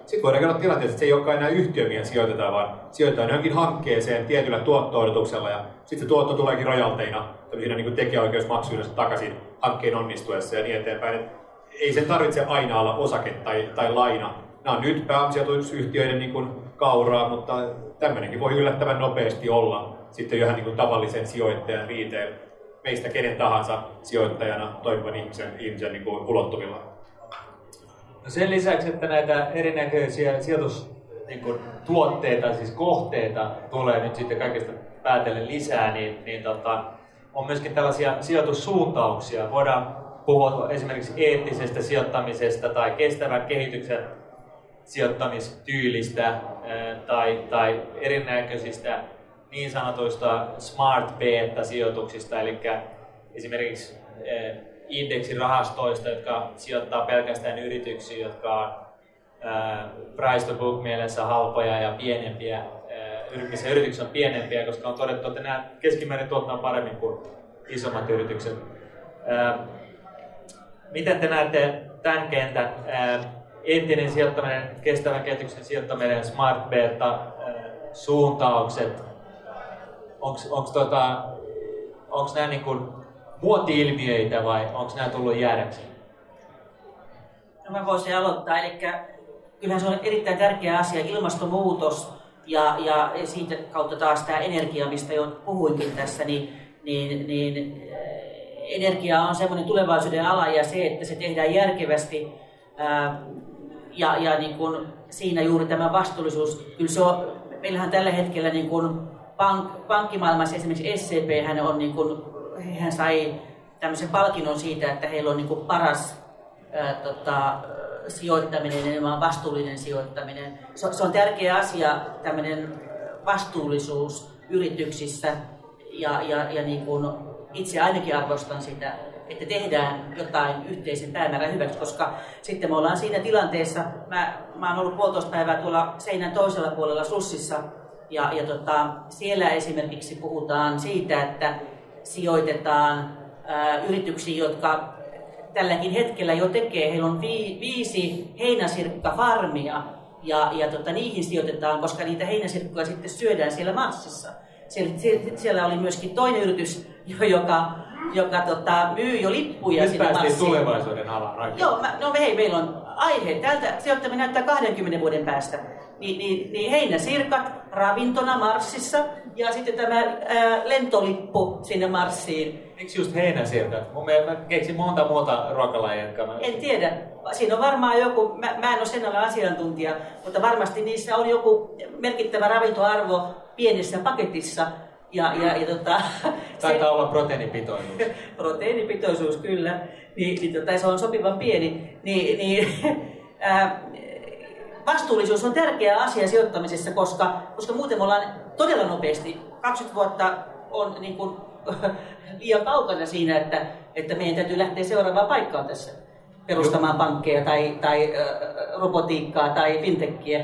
sitten voidaan käydä tilanteessa, että se ei olekaan enää yhtiö, mihin sijoitetaan, vaan sijoitetaan johonkin hankkeeseen tietyllä tuotto-odotuksella ja sitten se tuotto tuleekin rojalteina, tämmöisinä niin tekijäoikeusmaksuina takaisin hankkeen onnistuessa ja niin eteenpäin. Et ei sen tarvitse aina olla osake tai, tai laina. Nämä on nyt pääomasijoitusyhtiöiden niin kuin kauraa, mutta tämmöinenkin voi yllättävän nopeasti olla sitten ihan niin kuin tavallisen sijoittajan retail, meistä kenen tahansa sijoittajana toimivan ihmisen, ihmisen niin kuin ulottuvilla. No sen lisäksi, että näitä erinäköisiä sijoitustuotteita, siis kohteita tulee nyt sitten kaikesta päätellen lisää, niin, niin tota, on myöskin tällaisia sijoitussuuntauksia. Voidaan puhua esimerkiksi eettisestä sijoittamisesta tai kestävän kehityksen sijoittamistyylistä tai, tai erinäköisistä niin sanotuista smart beta-sijoituksista, eli esimerkiksi indeksirahastoista, jotka sijoittaa pelkästään yrityksiin, jotka on price to book mielessä halpoja ja pienempiä, missä yritykset on pienempiä, koska on todettu, että nämä keskimäärin tuottaa paremmin kuin isommat yritykset. Miten te näette tämän kentän? Eettinen sijoittaminen, kestävän kehityksen sijoittaminen, smart beta, suuntaukset, onko tota, nämä niin kuin muoti-ilmiöitä vai onko nämä tullut jäädäksi? No mä voisin aloittaa, eli kyllähän se on erittäin tärkeä asia, ilmastonmuutos ja, ja siitä kautta taas tämä energia, mistä jo puhuinkin tässä, niin, niin, niin energia on semmoinen tulevaisuuden ala ja se, että se tehdään järkevästi ää, ja, ja niin kun siinä juuri tämä vastuullisuus, kyllä se on, meillähän tällä hetkellä niin kun pank, pankkimaailmassa esimerkiksi S C P hän on niin kun, hän sai tämmöisen palkinnon siitä, että heillä on niin kuin paras ää, tota, sijoittaminen, enemmän vastuullinen sijoittaminen. Se, se on tärkeä asia, tämmöinen vastuullisuus yrityksissä ja, ja, ja niin kuin itse ainakin arvostan sitä, että tehdään jotain yhteisen päämäärän hyväksi, koska sitten me ollaan siinä tilanteessa, mä, mä oon ollut puolitoista päivää tuolla seinän toisella puolella Slussissa ja, ja tota, siellä esimerkiksi puhutaan siitä, että sijoitetaan ää, yrityksiin, jotka tälläkin hetkellä jo tekee. Heillä on vi, viisi heinäsirkkafarmia ja, ja tota, niihin sijoitetaan, koska niitä heinäsirkkoja sitten syödään siellä Marsissa. Siellä, siellä oli myöskin toinen yritys, joka, joka tota, myy jo lippuja nyt sinne Marsiin. Nyt päästiin tulevaisuuden alaan. Joo, mä, no hei, meillä on aihe. Täältä sijoittaminen näyttää kahdenkymmenen vuoden päästä. Ni, niin, niin heinäsirkat ravintona Marsissa ja sitten tämä ää, lentolippu sinne Marsiin. Miksi just heinäsirkat? Mun mielestä mä keksin monta muuta ruokalajia, jotka mä... En tiedä. Siinä on varmaan joku, mä, mä en ole sen ala asiantuntija, mutta varmasti niissä on joku merkittävä ravintoarvo pienessä paketissa. Ja, ja, ja, tota, Taitaa se, olla proteiinipitoisuus. Proteiinipitoisuus, kyllä. Niin, niin, tota, se on sopivan pieni. Niin, niin, ää, vastuullisuus on tärkeä asia sijoittamisessa, koska, koska muuten me ollaan todella nopeasti. kaksikymmentä vuotta on niin kuin, liian kaukana siinä, että, että meidän täytyy lähteä seuraavaan paikkaan tässä perustamaan Joo. pankkeja tai, tai äh, robotiikkaa tai fintechkiä.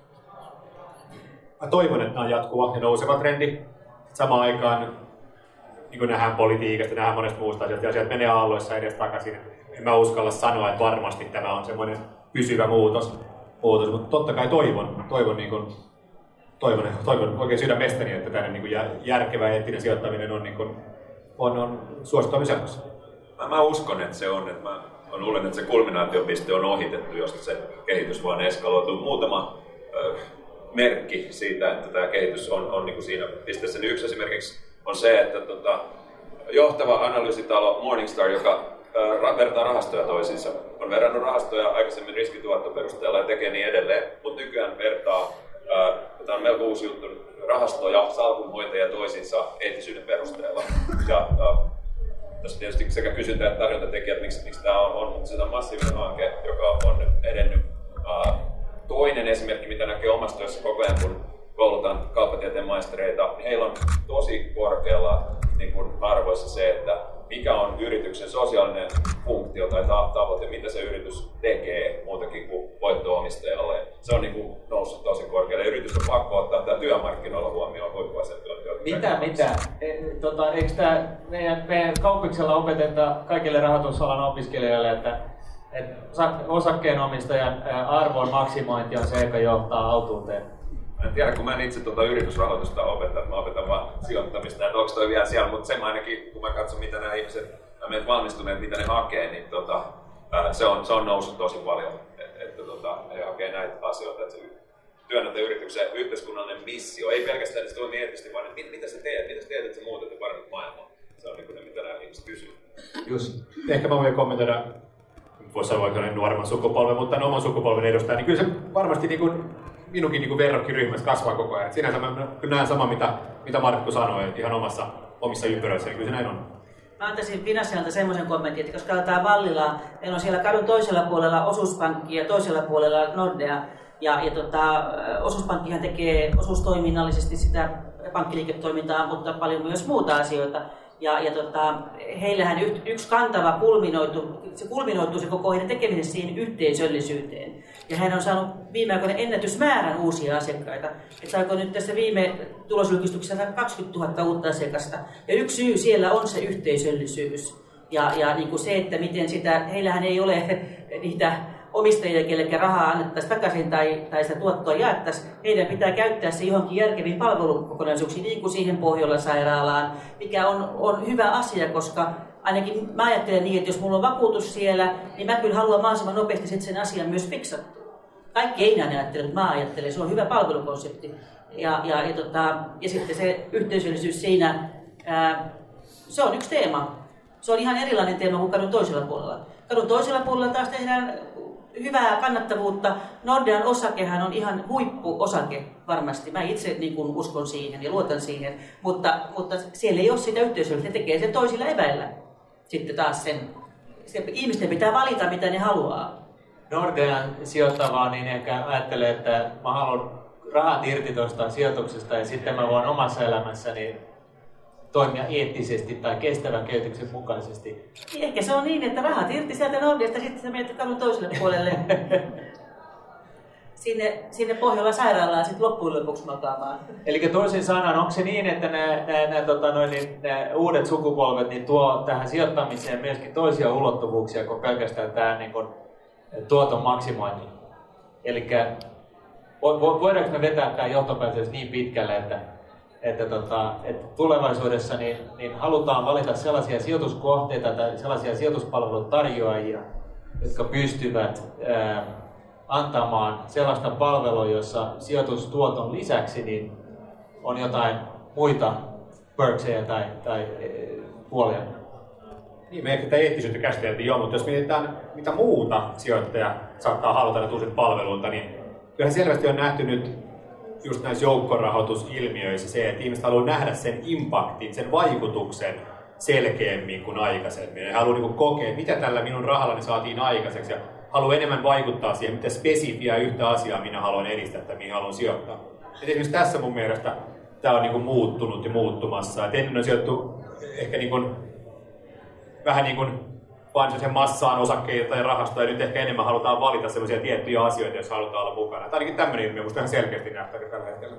Mä toivon, että tämä on jatkuva ja nouseva trendi. Samaan aikaan niin kuin nähdään politiikasta, nähdään monesta muusta asiasta, ja asiat menee aalloissa edes takaisin. En mä uskalla sanoa, että varmasti tämä on semmoinen pysyvä muutos, muutos. Mutta totta kai toivon, toivon, niin kuin, toivon, toivon oikein sydämestäni, että tämmöinen niin kuin järkevä ja eettinen sijoittaminen on, niin kuin, on, on suosittuamiselmassa. Mä, mä uskon, että se on. Että mä, mä luulen, että se kulminaatiopiste on ohitettu, josta se kehitys vaan eskaloituu. Muutama äh, merkki siitä, että tämä kehitys on, on niin kuin siinä pisteessä. Yksi esimerkiksi on se, että tota, johtava analyysitalo Morningstar, joka ää, vertaa rahastoja toisiinsa, on verrannut rahastoja aikaisemmin riskituottoperusteella ja tekee niin edelleen, mutta nykyään vertaa, ää, tämä on melko uusi juttu, rahastoja, salkunhoitajia toisiinsa eettisyyden perusteella. Ja, ää, tässä tietysti sekä kysyntä- että tarjontatekijät, miksi, miksi tämä on, on, mutta se on massiivinen hanke, joka on edennyt. Ää, toinen esimerkki, mitä näkee omassa työssä koko ajan, kun koulutan kauppatieteen maistereita, niin heillä on tosi korkealla niin kuin arvoissa se, että mikä on yrityksen sosiaalinen funktio tai tavoite, mitä se yritys tekee muutakin kuin voitto-omistajalle. Se on niin kuin noussut tosi korkealle. Yritys on pakko ottaa tämä työmarkkinoilla huomioon huippuasiantuntijoita. Mitä, mitä? E, tota, eikö tämä meidän, meidän kauppiksella opeteta kaikille rahoitusalan opiskelijoille, että Et osakkeenomistajan arvon maksimointi on se, joka johtaa autuuteen. En tiedä, kun mä en itse tuota yritysrahoitusta opeta, että mä opetan vaan sijoittamista, että onko toi vielä siellä, mutta sen mä ainakin, kun mä katson, mitä nämä ihmiset, meidät valmistuneet, mitä ne hakee, niin tota, se, on, se on noussut tosi paljon, että, että tota, he hakee näitä asioita, että se työnantajayrityksen yhteiskunnallinen missio, ei pelkästään että se toimii eettisesti, vaan että mitä sä teet, mitä sä teet, että sä muutat ja parannat maailmaa. Se on niin kuin ne, mitä nämä ihmiset kysyy. Just. Ehkä mä voin kommentoida, voisi sanoa vaikka nuoremman sukupolven, mutta tämän oman sukupolven edustaja, niin kyllä se varmasti niin kuin minunkin niin verrokkiryhmässä kasvaa koko ajan. Sinänsä mä näen sama, mitä, mitä Markku sanoi ihan omassa, omissa ympyröissä, niin kyllä se näin on. Mä antaisin Finanssialta semmoisen kommentin, että koska katsotaan Vallilaa, meillä on siellä kadun toisella puolella osuuspankki ja toisella puolella Nordea. Ja, ja tota, osuuspankkihan tekee osuustoiminnallisesti sitä pankkiliiketoimintaa, mutta paljon myös muuta asioita. Ja, ja tota, heillähän y, yksi kantava kulminoitu, se kulminoituu se koko heidän tekeminen siihen yhteisöllisyyteen. Ja hän on saanut viime aikoina ennätysmäärän uusia asiakkaita. Että saako nyt tässä viime tulosjulkistuksessa sata kaksikymmentätuhatta uutta asiakasta. Ja yksi syy siellä on se yhteisöllisyys. Ja, ja niin kuin se, että miten sitä, heillähän ei ole niitä omistajia, kellekä rahaa annettaisiin takaisin tai, tai sitä tuottoa jaettaisiin, heidän pitää käyttää se johonkin järkeviin palvelukokonaisuuksiin, niin kuin siihen Pohjolan sairaalaan, mikä on, on hyvä asia, koska ainakin mä ajattelen niin, että jos mulla on vakuutus siellä, niin mä kyllä haluan mahdollisimman nopeasti sit sen asian myös fiksattua. Kaikki ei näin ajattele, että mä ajattelen, se on hyvä palvelukonsepti. Ja, ja, ja, tota, ja sitten se yhteisöllisyys siinä, ää, se on yksi teema. Se on ihan erilainen teema kuin kadun toisella puolella. Kadun toisella puolella taas tehdään hyvää kannattavuutta. Nordean osakehan on ihan huippuosake varmasti. Mä itse niin kun uskon siihen ja luotan siihen, mutta, mutta siellä ei ole sitä yhteisöllisyyttä, ne tekee sen toisilla eväillä. Sitten taas sen, se, ihmisten pitää valita, mitä ne haluaa. Nordean sijoittavaa, niin ehkä ajattelee, että mä haluan rahat irti tuosta sijoituksesta ja sitten mä voin omassa elämässäni toimia eettisesti tai kestävän kehityksen mukaisesti. Ehkä se on niin, että rahat irti sieltä Nordeasta, sitten sä menet kadun toiselle puolelle. sinne, sinne Pohjolan sairaalaan sitten loppujen lopuksi makaamaan. Eli toisin sanoen, onko se niin, että nämä, nämä, nämä, tota, noin, niin, nämä uudet sukupolvet niin tuo tähän sijoittamiseen myöskin toisia ulottuvuuksia kuin pelkästään tämä niin kuin, tuoton maksimointi? Eli voidaanko me vetää tämä johtopäätös niin pitkälle, että Että, tota, että tulevaisuudessa niin, niin halutaan valita sellaisia sijoituskohteita tai sellaisia sijoituspalvelutarjoajia, jotka pystyvät ää, antamaan sellaista palvelua, jossa sijoitustuoton lisäksi niin on jotain muita perkseja tai, tai puolia. Niin, me ehkä tätä eettisyyttä käsiteltiin jo, mutta jos mietitään mitä muuta sijoittaja saattaa haluta näitä uusia palveluita, niin kyllähän selvästi on nähty nyt just näissä joukkorahoitusilmiöissä se, että ihmiset haluaa nähdä sen impaktin, sen vaikutuksen selkeämmin kuin aikaisemmin. He haluaa niin kokea, mitä tällä minun rahallani saatiin aikaiseksi ja haluaa enemmän vaikuttaa siihen, mitä spesifiä yhtä asiaa minä haluan edistää tai mihin haluan sijoittaa. Et esimerkiksi tässä mun mielestä tämä on niin kuin muuttunut ja muuttumassa. Et ennen on sijoittu ehkä niin kuin, vähän niin kuin vain sen massaan osakkeita tai rahastoja, ja nyt ehkä enemmän halutaan valita sellaisia tiettyjä asioita, jos halutaan olla mukana. Tämä ainakin tämmöinen ilmiö musta ihan selkeästi nähtävä tällä hetkellä.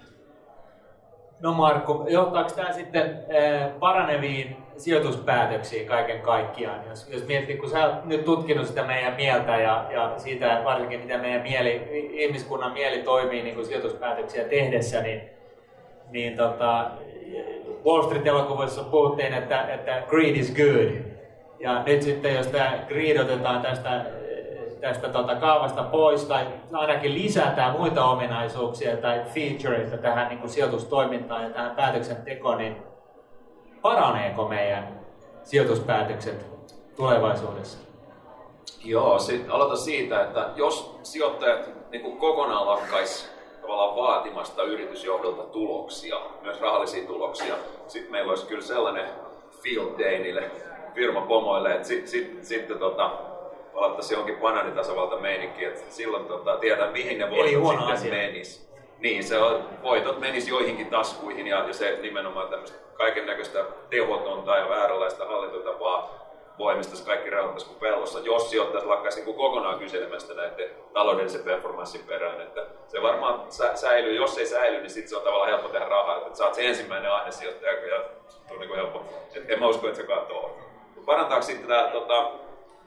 No Markku, johtaako tämä sitten paraneviin sijoituspäätöksiin kaiken kaikkiaan? Jos, jos miettii, kun sä oot nyt tutkinut sitä meidän mieltä ja, ja siitä varsinkin miten meidän mieli, ihmiskunnan mieli toimii niin kuin sijoituspäätöksiä tehdessä, niin, niin tota, Wall Street-elokuvissa puhuttiin, että, että greed is good. Ja nyt sitten, jos tämä greed otetaan tästä, tästä tota kaavasta pois tai ainakin lisätään muita ominaisuuksia tai featureita tähän niin kuin sijoitustoimintaan ja tähän päätöksentekoon, niin paraneeko meidän sijoituspäätökset tulevaisuudessa? Joo, sit aloita siitä, että jos sijoittajat niin kuin kokonaan lakkaisi tavallaan vaatimasta yritysjohdolta tuloksia, myös rahallisia tuloksia, sitten meillä olisi kyllä sellainen field day niille firmapomoille, että sitten sit, sit, tota, palattaisiin johonkin banaanitasavalta meininkiin, että silloin tota, tiedetään mihin ne voitot sitten menis. Niin, se on, voitot menis joihinkin taskuihin ja, ja se nimenomaan tämmöistä kaiken näköistä tehotonta ja vääränlaista hallintotapaa voimistaisi kaikki rauhoittaisi kuin pellossa, jos sijoittajat lakkaisi niin kokonaan kyselemästä näiden taloudellisen performanssin perään. Että se varmaan sä, säilyy, jos ei säily, niin sitten se on tavallaan helppo tehdä rahaa, että sä oot se ensimmäinen ahnesijoittaja ja on niin helppo. Et en mä usko, että se katsoo. Parantaako sitten tämä tota,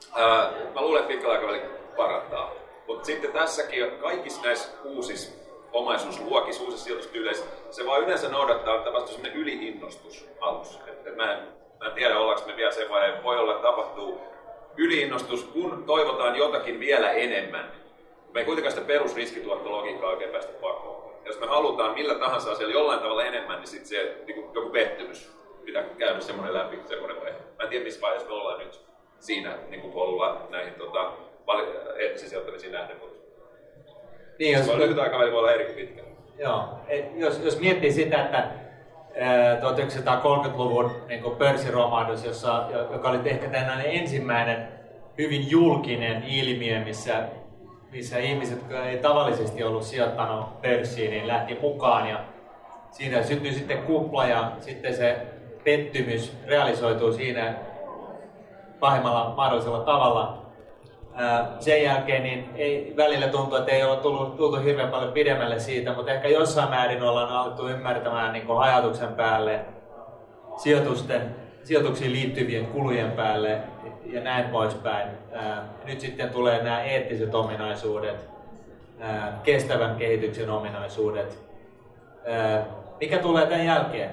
Ää, mä luulen, että pitkällä aikavälillä parantaa. Mutta sitten tässäkin kaikissa näissä uusissa omaisuusluokissa, uusissa sijoitustyyleissä, se vaan yleensä noudattaa tapahtuu sellainen yliinnostus alussa. Et, et mä, en, mä en tiedä, ollaanko me vielä sen vaiheen. Voi olla, että tapahtuu yliinnostus, kun toivotaan jotakin vielä enemmän. Me ei kuitenkaan sitä perusriskituottologiikkaa oikein päästä pakoon. Jos me halutaan millä tahansa asialla jollain tavalla enemmän, niin sitten se niin joku pettymys pitää käydä semmoinen läpi, semmoinen vaihe. Mä en tiedä, missä vaiheessa me ollaan nyt siinä niin polulla näihin tota, eettisiin sijoittamisiin nähden. Niin, jos, se lyhyt aikaväli voi olla eri pitkä. Joo, et jos, jos miettii sitä, että tuhatyhdeksänsataakolmekymmentäluvun niin pörssiromahdus, jossa, joka oli ehkä tällainen ensimmäinen hyvin julkinen ilmiö, missä, missä ihmiset, jotka ei tavallisesti ollut sijoittanut pörssiin, niin lähti mukaan ja siinä syntyi sitten kupla ja sitten se pettymys realisoituu siinä pahimmalla mahdollisella tavalla. Sen jälkeen niin ei, välillä tuntuu, että ei ole tullut, tultu hirveän paljon pidemmälle siitä, mutta ehkä jossain määrin ollaan alettu ymmärtämään niin kuin ajatuksen päälle, sijoitusten, sijoituksiin liittyvien kulujen päälle ja näin poispäin. Nyt sitten tulee nämä eettiset ominaisuudet, kestävän kehityksen ominaisuudet. Mikä tulee tämän jälkeen?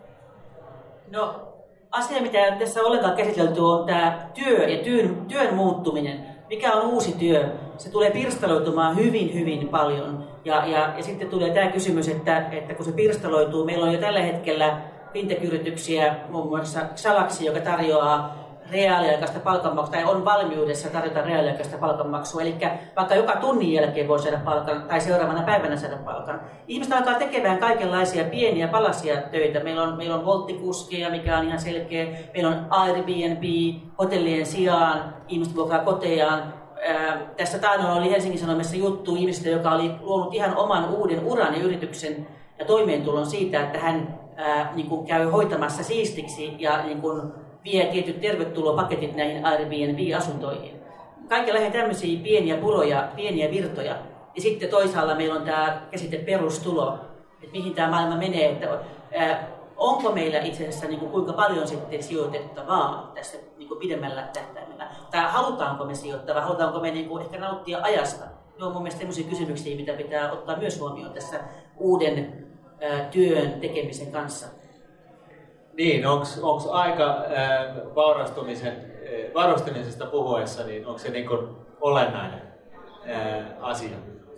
No, asia, mitä ei ole tässä ollenkaan käsitelty, on tämä työ ja työn, työn muuttuminen. Mikä on uusi työ? Se tulee pirstaloitumaan hyvin, hyvin paljon. Ja, ja, ja sitten tulee tämä kysymys, että, että kun se pirstaloituu, meillä on jo tällä hetkellä fintech-yrityksiä, muun muassa Xalaxi, joka tarjoaa reaaliaikaista palkanmaksua, tai on valmiudessa tarjota reaaliaikaista palkanmaksua. Eli vaikka joka tunnin jälkeen voi saada palkan, tai seuraavana päivänä saada palkan. Ihmiset alkaa tekemään kaikenlaisia pieniä palasia töitä. Meillä on, meillä on volttikuskeja, mikä on ihan selkeä. Meillä on Airbnb, hotellien sijaan, ihmiset vuokraa kotejaan. Ää, tässä taannoin oli Helsingin Sanomissa juttu ihmisestä, joka oli luonut ihan oman uuden uran ja yrityksen ja toimeentulon siitä, että hän ää, niin kuin käy hoitamassa siistiksi ja niin kuin vie tietyt tervetulopaketit näihin Airbnb-asuntoihin. Kaikenlaisia tämmöisiä pieniä puroja, pieniä virtoja. Ja sitten toisaalla meillä on tämä käsite perustulo, että mihin tämä maailma menee. Että, ää, onko meillä itse asiassa niin kuin, kuinka paljon sitten sijoitettavaa tässä niin kuin pidemmällä tähtäimellä? Tai halutaanko me sijoittaa vai halutaanko me niin kuin, ehkä nauttia ajasta? Ne on mun mielestä sellaisia kysymyksiä, mitä pitää ottaa myös huomioon tässä uuden ää, työn tekemisen kanssa. Niin, onko aika äh, vaurastumisen, äh, vaurastumisesta puhuessa, niin onko se niin kuin olennainen äh, asia?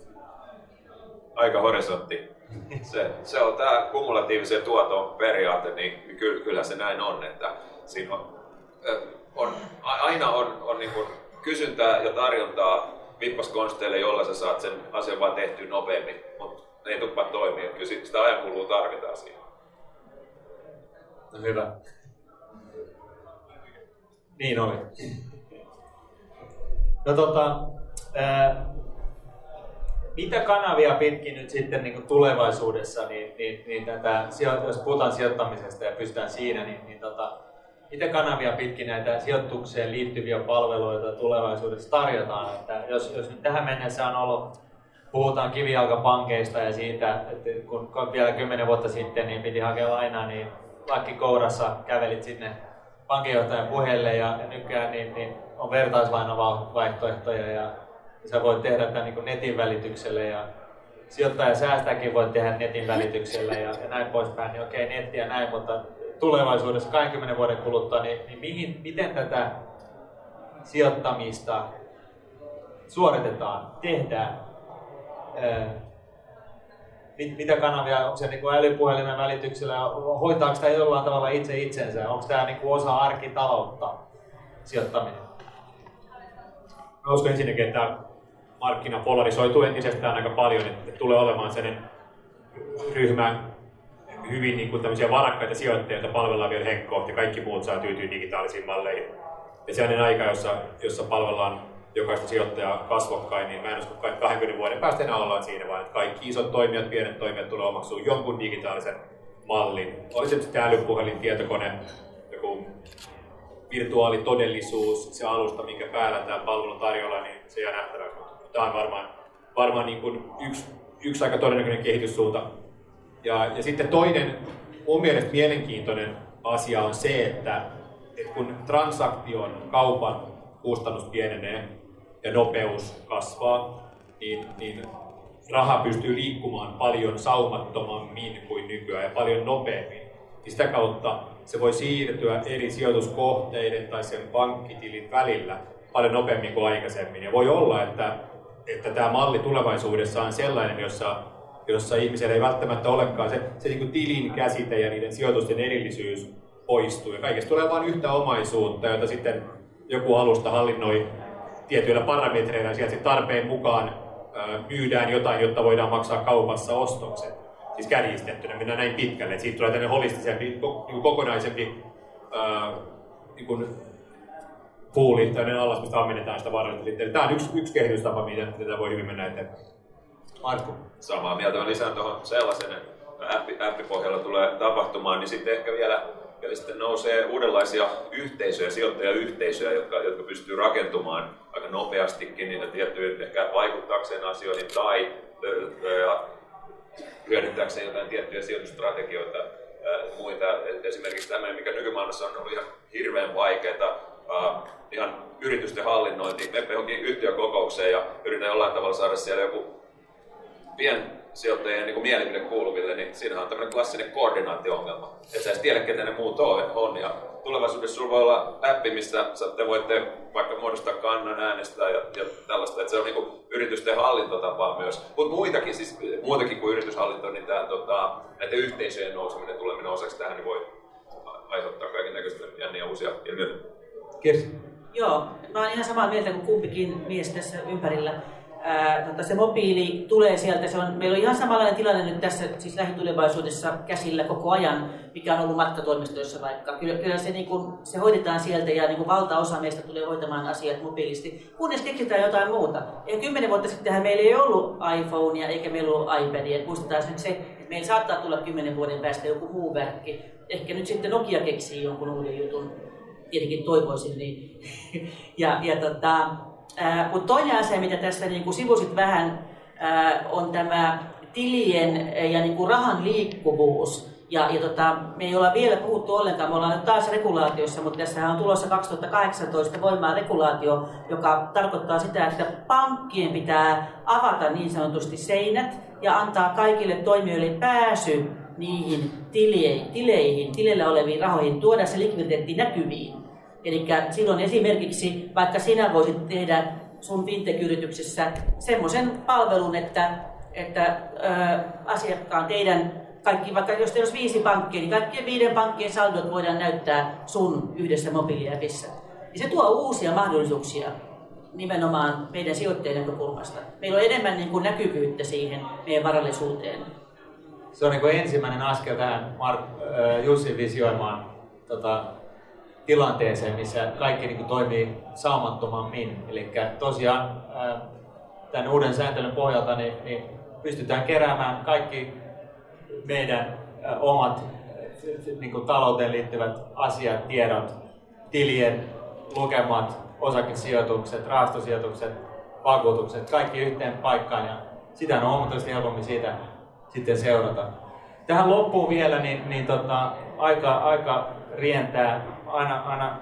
Aika horisontti. Se, se on tämä kumulatiivisen tuoton periaate, niin kyllä, kyllä se näin on, että siinä on, on, aina on, on niin kuin kysyntää ja tarjontaa vippaskonsteille, jolla sä saat sen asian vaan tehtyä nopeammin, mutta ne ei tuppa toimia. Kyllä sitä ajankulua tarvitaan siihen. No hyvä. Niin oli. No tota, ää, mitä kanavia pitkin nyt sitten niin kuin tulevaisuudessa, niin, niin, niin tätä, jos puhutaan sijoittamisesta ja pystytään siinä, niin, niin tota, mitä kanavia pitkin näitä sijoitukseen liittyviä palveluita tulevaisuudessa tarjotaan? Että jos, jos nyt tähän mennessä on ollut, puhutaan kivijalkapankeista ja siitä, että kun vielä kymmenen vuotta sitten niin piti hakea lainaa, niin lakki kourassa kävelit sinne pankinjohtajan puheelle ja, ja nykyään niin, niin on vertaislainavaihtoehtoja ja, ja sä voit tehdä tämän niin kuin netin välityksellä ja sijoittaja säästäkin voit tehdä netin välityksellä ja, ja näin poispäin. Niin okei, netti ja näin, mutta tulevaisuudessa kaksikymmentä vuoden kuluttua, niin, niin mihin, miten tätä sijoittamista suoritetaan, tehdään? Ää, mitä kanavia, onko se niin kuin älypuhelimen välityksellä, hoitaako tämä jollain tavalla itse itsensä, onko tämä niin kuin osa arkitaloutta, sijoittaminen? Mä uskon ensinnäkin, että markkina polarisoituu entisestään aika paljon, että tulee olemaan sellainen ryhmä hyvin niin kuin tämmöisiä varakkaita sijoittajia, joita palvellaan vielä henkkoa ja kaikki muut saa tyytyä digitaalisiin malleihin. Ja sellainen aika, jossa, jossa palvellaan jokaista sijoittajaa kasvokkain, niin mä en usko, että kaksikymmentä vuoden päästä enää ollaan siinä, vaan että kaikki isot toimijat, pienet toimijat tulee omaksua jonkun digitaalisen mallin. Oli se sitten älypuhelin, tietokone, joku virtuaalitodellisuus, se alusta, minkä päällä tämä palvelu tarjolla, niin se jää nähtäväksi. Tämä on varmaan, varmaan niin kuin yksi, yksi aika todennäköinen kehityssuunta. Ja, ja sitten toinen mun mielestä mielenkiintoinen asia on se, että, että kun transaktion, kaupan kustannus pienenee ja nopeus kasvaa, niin, niin raha pystyy liikkumaan paljon saumattomammin kuin nykyään ja paljon nopeammin. Sitä kautta se voi siirtyä eri sijoituskohteiden tai sen pankkitilin välillä paljon nopeammin kuin aikaisemmin. Ja voi olla, että, että tämä malli tulevaisuudessa on sellainen, jossa, jossa ihmisellä ei välttämättä olekaan se, se niin kuin tilin käsite ja niiden sijoitusten erillisyys poistuu. Ja kaikesta tulee vain yhtä omaisuutta, jota sitten joku alusta hallinnoi tietyillä parametreilla ja sieltä tarpeen mukaan myydään jotain, jotta voidaan maksaa kaupassa ostokset. Siis kärjistettynä mennään näin pitkälle, että siitä tulee tämmöinen holistisempi, niin kokonaisempi ää, niin kuin puuli, tämmöinen allas, mistä ammennetaan sitä varoista. Tämä on yksi, yksi kehitystapa, miten tätä voi hyvin mennä eteenpäin. Markku? Samaa mieltä. Mä lisään tuohon sellaisen, appi, appipohjalla tulee tapahtumaan, niin sitten ehkä vielä, vielä sitten nousee uudenlaisia yhteisöjä, sijoittajayhteisöjä, jotka, jotka pystyy rakentumaan aika nopeastikin niitä tiettyjä ehkä vaikuttaakseen asioihin tai hyödyntääkseen jotain tiettyjä sijoitusstrategioita ja muita. Esimerkiksi tämmöinen, mikä nykymaailmassa on ollut ihan hirveän vaikeaa, uh, ihan yritysten hallinnointi. Meppä johonkin yhtiökokoukseen ja yritän jollain tavalla saada siellä joku piensijoittajien niin mielipide kuuluville, niin siinähän on tämmöinen klassinen koordinaatio-ongelma. Et sä edes tiedä, ketä ne muut on. Ja tulevaisuudessa sulla voi olla appi, missä te voitte vaikka muodostaa kannan, äänestää ja, ja tällaista. Että se on niin yritysten hallintotapa myös. Mutta muitakin, siis, muutakin kuin yrityshallinto, niin tää, tota, näiden yhteisöjen nouseminen, tuleminen osaksi tähän, niin voi aiheuttaa kaiken näköistä jänniä uusia ilmiöitä. Kirsi? Joo, mä oon ihan samaa mieltä kuin kumpikin mies tässä ympärillä. Ää, tota, se mobiili tulee sieltä, se on, meillä on ihan samanlainen tilanne nyt tässä siis lähitulevaisuudessa käsillä koko ajan, mikä on ollut matkatoimistoissa vaikka. Kyllä, kyllä se, niin kun, se hoidetaan sieltä ja niin kun valtaosa meistä tulee hoitamaan asiat mobiilisti, kunnes keksitään jotain muuta. Ja kymmenen vuotta sittenhän meillä ei ollut iPhonea eikä meillä ollut iPadia. Et muistetaan nyt se, että meillä saattaa tulla kymmenen vuoden päästä joku muu verkki. Ehkä nyt sitten Nokia keksii jonkun uuden jutun, tietenkin toivoisin. Niin. ja, ja tota, Äh, mutta toinen asia, mitä tässä niin kuin sivusit vähän, äh, on tämä tilien ja niin kuin rahan liikkuvuus. Ja, ja tota, me ei olla vielä puhuttu ollenkaan, me ollaan nyt taas regulaatiossa, mutta tässä on tulossa kaksituhattakahdeksantoista voimaan regulaatio, joka tarkoittaa sitä, että pankkien pitää avata niin sanotusti seinät ja antaa kaikille toimijoille pääsy niihin tileihin, tilillä oleviin rahoihin, tuoda se likviditeetti näkyviin. Eli silloin esimerkiksi, vaikka sinä voisit tehdä sun fintech-yrityksessä semmoisen palvelun, että, että ö, asiakkaan teidän, kaikki, vaikka jos teillä olisi viisi pankkia, niin kaikkien viiden pankkien saldot voidaan näyttää sun yhdessä mobiiliäpissä. Ja se tuo uusia mahdollisuuksia nimenomaan meidän sijoittajien näkökulmasta. Meillä on enemmän niin kuin näkyvyyttä siihen meidän varallisuuteen. Se on niin kuin ensimmäinen askel tähän Mark, äh, Jussin visioimaan tota, tilanteeseen, missä kaikki niin kuin toimii saumattomammin. Eli tosiaan äh, tämän uuden sääntelyn pohjalta niin, niin pystytään keräämään kaikki meidän äh, omat äh, niin kuin talouteen liittyvät asiat, tiedot, tilien lukemat, osakesijoitukset, rahastosijoitukset, vakuutukset, kaikki yhteen paikkaan ja sitä on huomattavasti helpommin siitä sitten seurata. Tähän loppuun vielä, niin, niin tota, aika, aika rientää. Aina, aina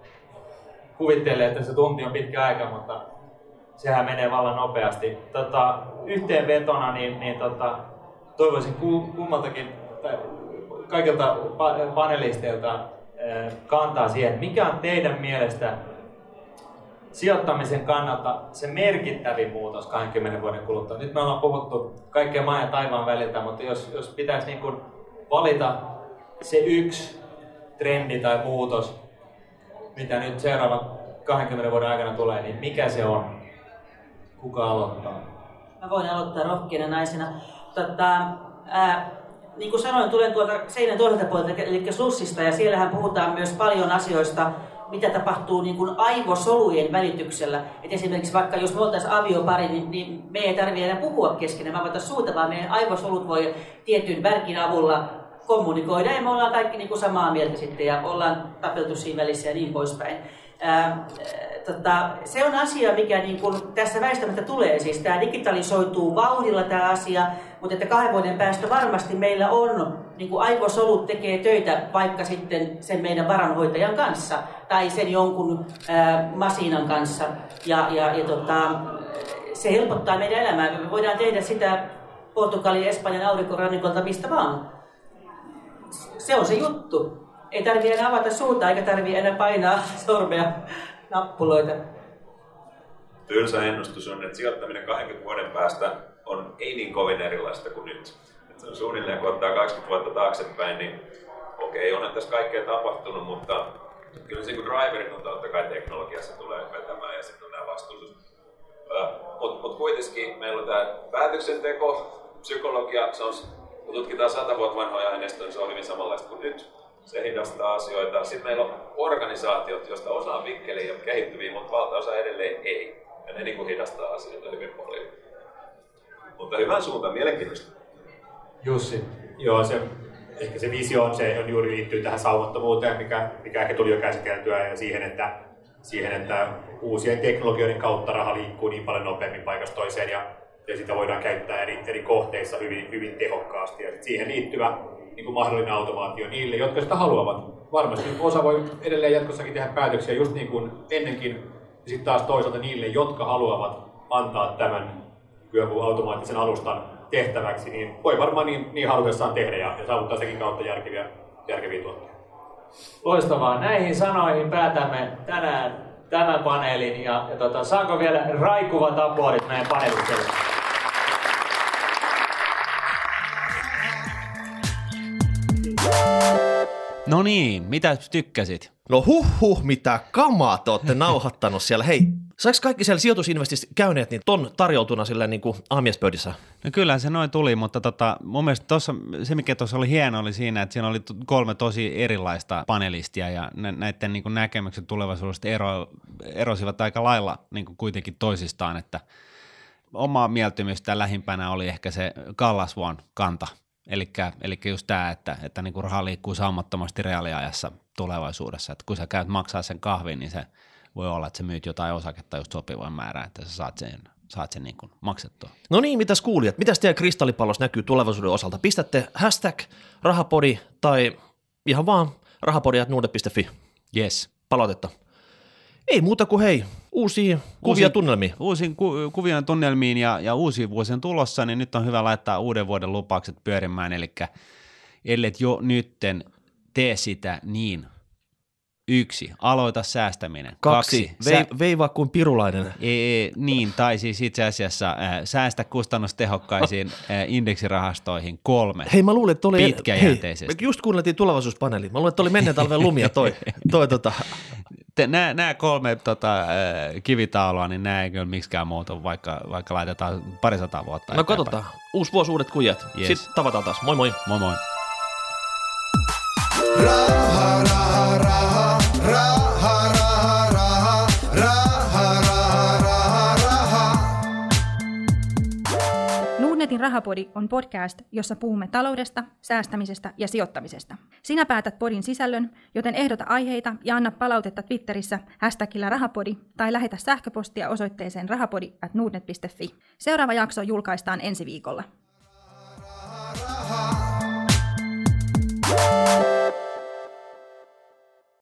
kuvittelee, että se tunti on pitkä aika, mutta sehän menee vallan nopeasti. Tota, yhteenvetona niin, niin tota, toivoisin kummaltakin, tai kaikilta panelisteilta kantaa siihen, mikä on teidän mielestä sijoittamisen kannalta se merkittävin muutos kaksikymmentä vuoden kuluttua. Nyt me ollaan puhuttu kaikkea maan ja taivaan väliltä, mutta jos, jos pitäisi niin kuin valita se yksi trendi tai muutos, mitä nyt seuraavan kaksikymmentä vuoden aikana tulee, niin mikä se on? Kuka aloittaa? Mä voin aloittaa rohkeana naisena. Tota, ää, niin kuin sanoin, tulen tuolta seinän toiselta puolelta, eli Slussista, ja siellähän puhutaan myös paljon asioista, mitä tapahtuu niin kuin aivosolujen välityksellä. Et esimerkiksi vaikka jos me oltaisiin aviopari, niin, niin me ei tarvitse enää puhua keskenään, vaan voitaisiin suuta, vaan meidän aivosolut voi tietyn värkin avulla kommunikoida, ja me ollaan kaikki niin kuin samaa mieltä sitten, ja ollaan tapeltu siinä välissä ja niin poispäin. Ää, tota, se on asia, mikä niin kun tässä väistämättä tulee. Siis tämä digitalisoituu vauhdilla tämä asia, mutta että kahden vuoden päästä varmasti meillä on, niin kuin aivosolut tekee töitä vaikka sitten sen meidän varanhoitajan kanssa tai sen jonkun ää, masiinan kanssa. Ja, ja, ja tota, se helpottaa meidän elämää. Me voidaan tehdä sitä Portugalin, Espanjan aurinkorannikolta mistä vaan. Se on se juttu. Ei tarvitse enää avata suuta eikä tarvitse enää painaa sormea nappuloita. Tylsä ennustus on, että sijoittaminen kaksikymmentä vuoden päästä on ei niin kovin erilaista kuin nyt. Että se on suunnilleen, kun ottaa kaksikymmentä vuotta taaksepäin, niin okei, onhan tässä kaikkea tapahtunut, mutta kyllä se kun driverit on totta kai teknologiassa tulee vetämään ja sitten on nämä vastuullisuus. Mutta mut kuitenkin meillä on tämä päätöksenteko, psykologia, se on, kun tutkitaan sata vuotta vanhoja aineistoja, niin se on hyvin samanlaista kuin nyt. Se hidastaa asioita. Sitten meillä on organisaatiot, joista osa on vikkeliä ja kehittyviä, mutta valtaosa edelleen ei. Ja ne niin kuin hidastaa asioita hyvin paljon. Mutta hyvän suuntaan, mielenkiintoista. Jussi, joo, se, ehkä se visio on, se on juuri liittyy tähän saumattomuuteen, mikä, mikä ehkä tuli jo käsiteltyä, ja siihen että, siihen, että uusien teknologioiden kautta raha liikkuu niin paljon nopeammin paikasta toiseen, ja, ja sitä voidaan käyttää eri, eri kohteissa hyvin, hyvin tehokkaasti. Ja siihen liittyvä niin kuin mahdollinen automaatio niille, jotka sitä haluavat. Varmasti osa voi edelleen jatkossakin tehdä päätöksiä just niin kuin ennenkin, ja sitten taas toisaalta niille, jotka haluavat antaa tämän jonkun automaattisen alustan tehtäväksi, niin voi varmaan niin, niin halutessaan tehdä ja, ja saavuttaa sekin kautta järkeviä, järkeviä tuotteita. Loistavaa. Näihin sanoihin päätämme tänään tämän paneelin. Ja, ja tota, saanko vielä raikuvat aplodit meidän paneelistille? No niin, mitä tykkäsit? No huh huh, mitä kamaa te olette nauhattanut siellä. Hei, saiko kaikki siellä sijoitusinvestissä käyneet niin ton tarjoutuna silleen niin kuin aamiaispöydissä? No kyllä se noin tuli, mutta tota, mun mielestä tossa, se mikä tuossa oli hieno oli siinä, että siinä oli kolme tosi erilaista panelistia ja näiden niin kuin näkemykset tulevaisuudesta ero, erosivat aika lailla niin kuin kuitenkin toisistaan, että omaa mieltymystä lähimpänä oli ehkä se Gallasvuon kanta. Elikkä, elikkä just tämä, että, että niinku raha liikkuu saumattomasti reaaliajassa tulevaisuudessa. Että kun sä käyt maksaa sen kahvin, niin se voi olla, että sä myyt jotain osaketta just sopivan määrän, että sä saat sen, saat sen niin kuin maksettua. No niin, mitäs kuulijat? Mitäs teidän kristallipallossa näkyy tulevaisuuden osalta? Pistätte hashtag rahapodi tai ihan vaan rahapodi at nordnet piste fi. Yes. Palautetta. Ei muuta kuin hei, uusia kuvia tunnelmiin. Uusiin ku, kuvien tunnelmiin ja, ja uusia vuosien tulossa, niin nyt on hyvä laittaa uuden vuoden lupaukset pyörimään, eli ellet jo nytten tee sitä niin. Yksi, aloita säästäminen. Kaksi, Kaksi vei, veivaa kuin pirulainen. Ei, niin, tai siis itse asiassa äh, säästä kustannustehokkaisiin äh, indeksirahastoihin. Kolme, hei, mä luulen, että oli, pitkäjänteisesti. Hei, just kuunneltiin tulevaisuuspaneeli. Mä luulen, että oli menneen talven lumia toi. toi tota. Nämä kolme tota, äh, kivitaulua, niin nämä ei kyllä miksikään muutu, vaikka, vaikka laitetaan parisataa vuotta. No katsotaan. Uusi vuosi, uudet kujat. Yes. Sitten tavataan taas. Moi moi. Moi moi. Raha, raha, raha, raha, raha, raha, raha, raha, raha, raha. Nordnetin Rahapodi on podcast, jossa puhumme taloudesta, säästämisestä ja sijoittamisesta. Sinä päätät podin sisällön, joten ehdota aiheita ja anna palautetta Twitterissä hashtagillä rahapodi tai lähetä sähköpostia osoitteeseen rahapodi at nordnet piste fi. Seuraava jakso julkaistaan ensi viikolla.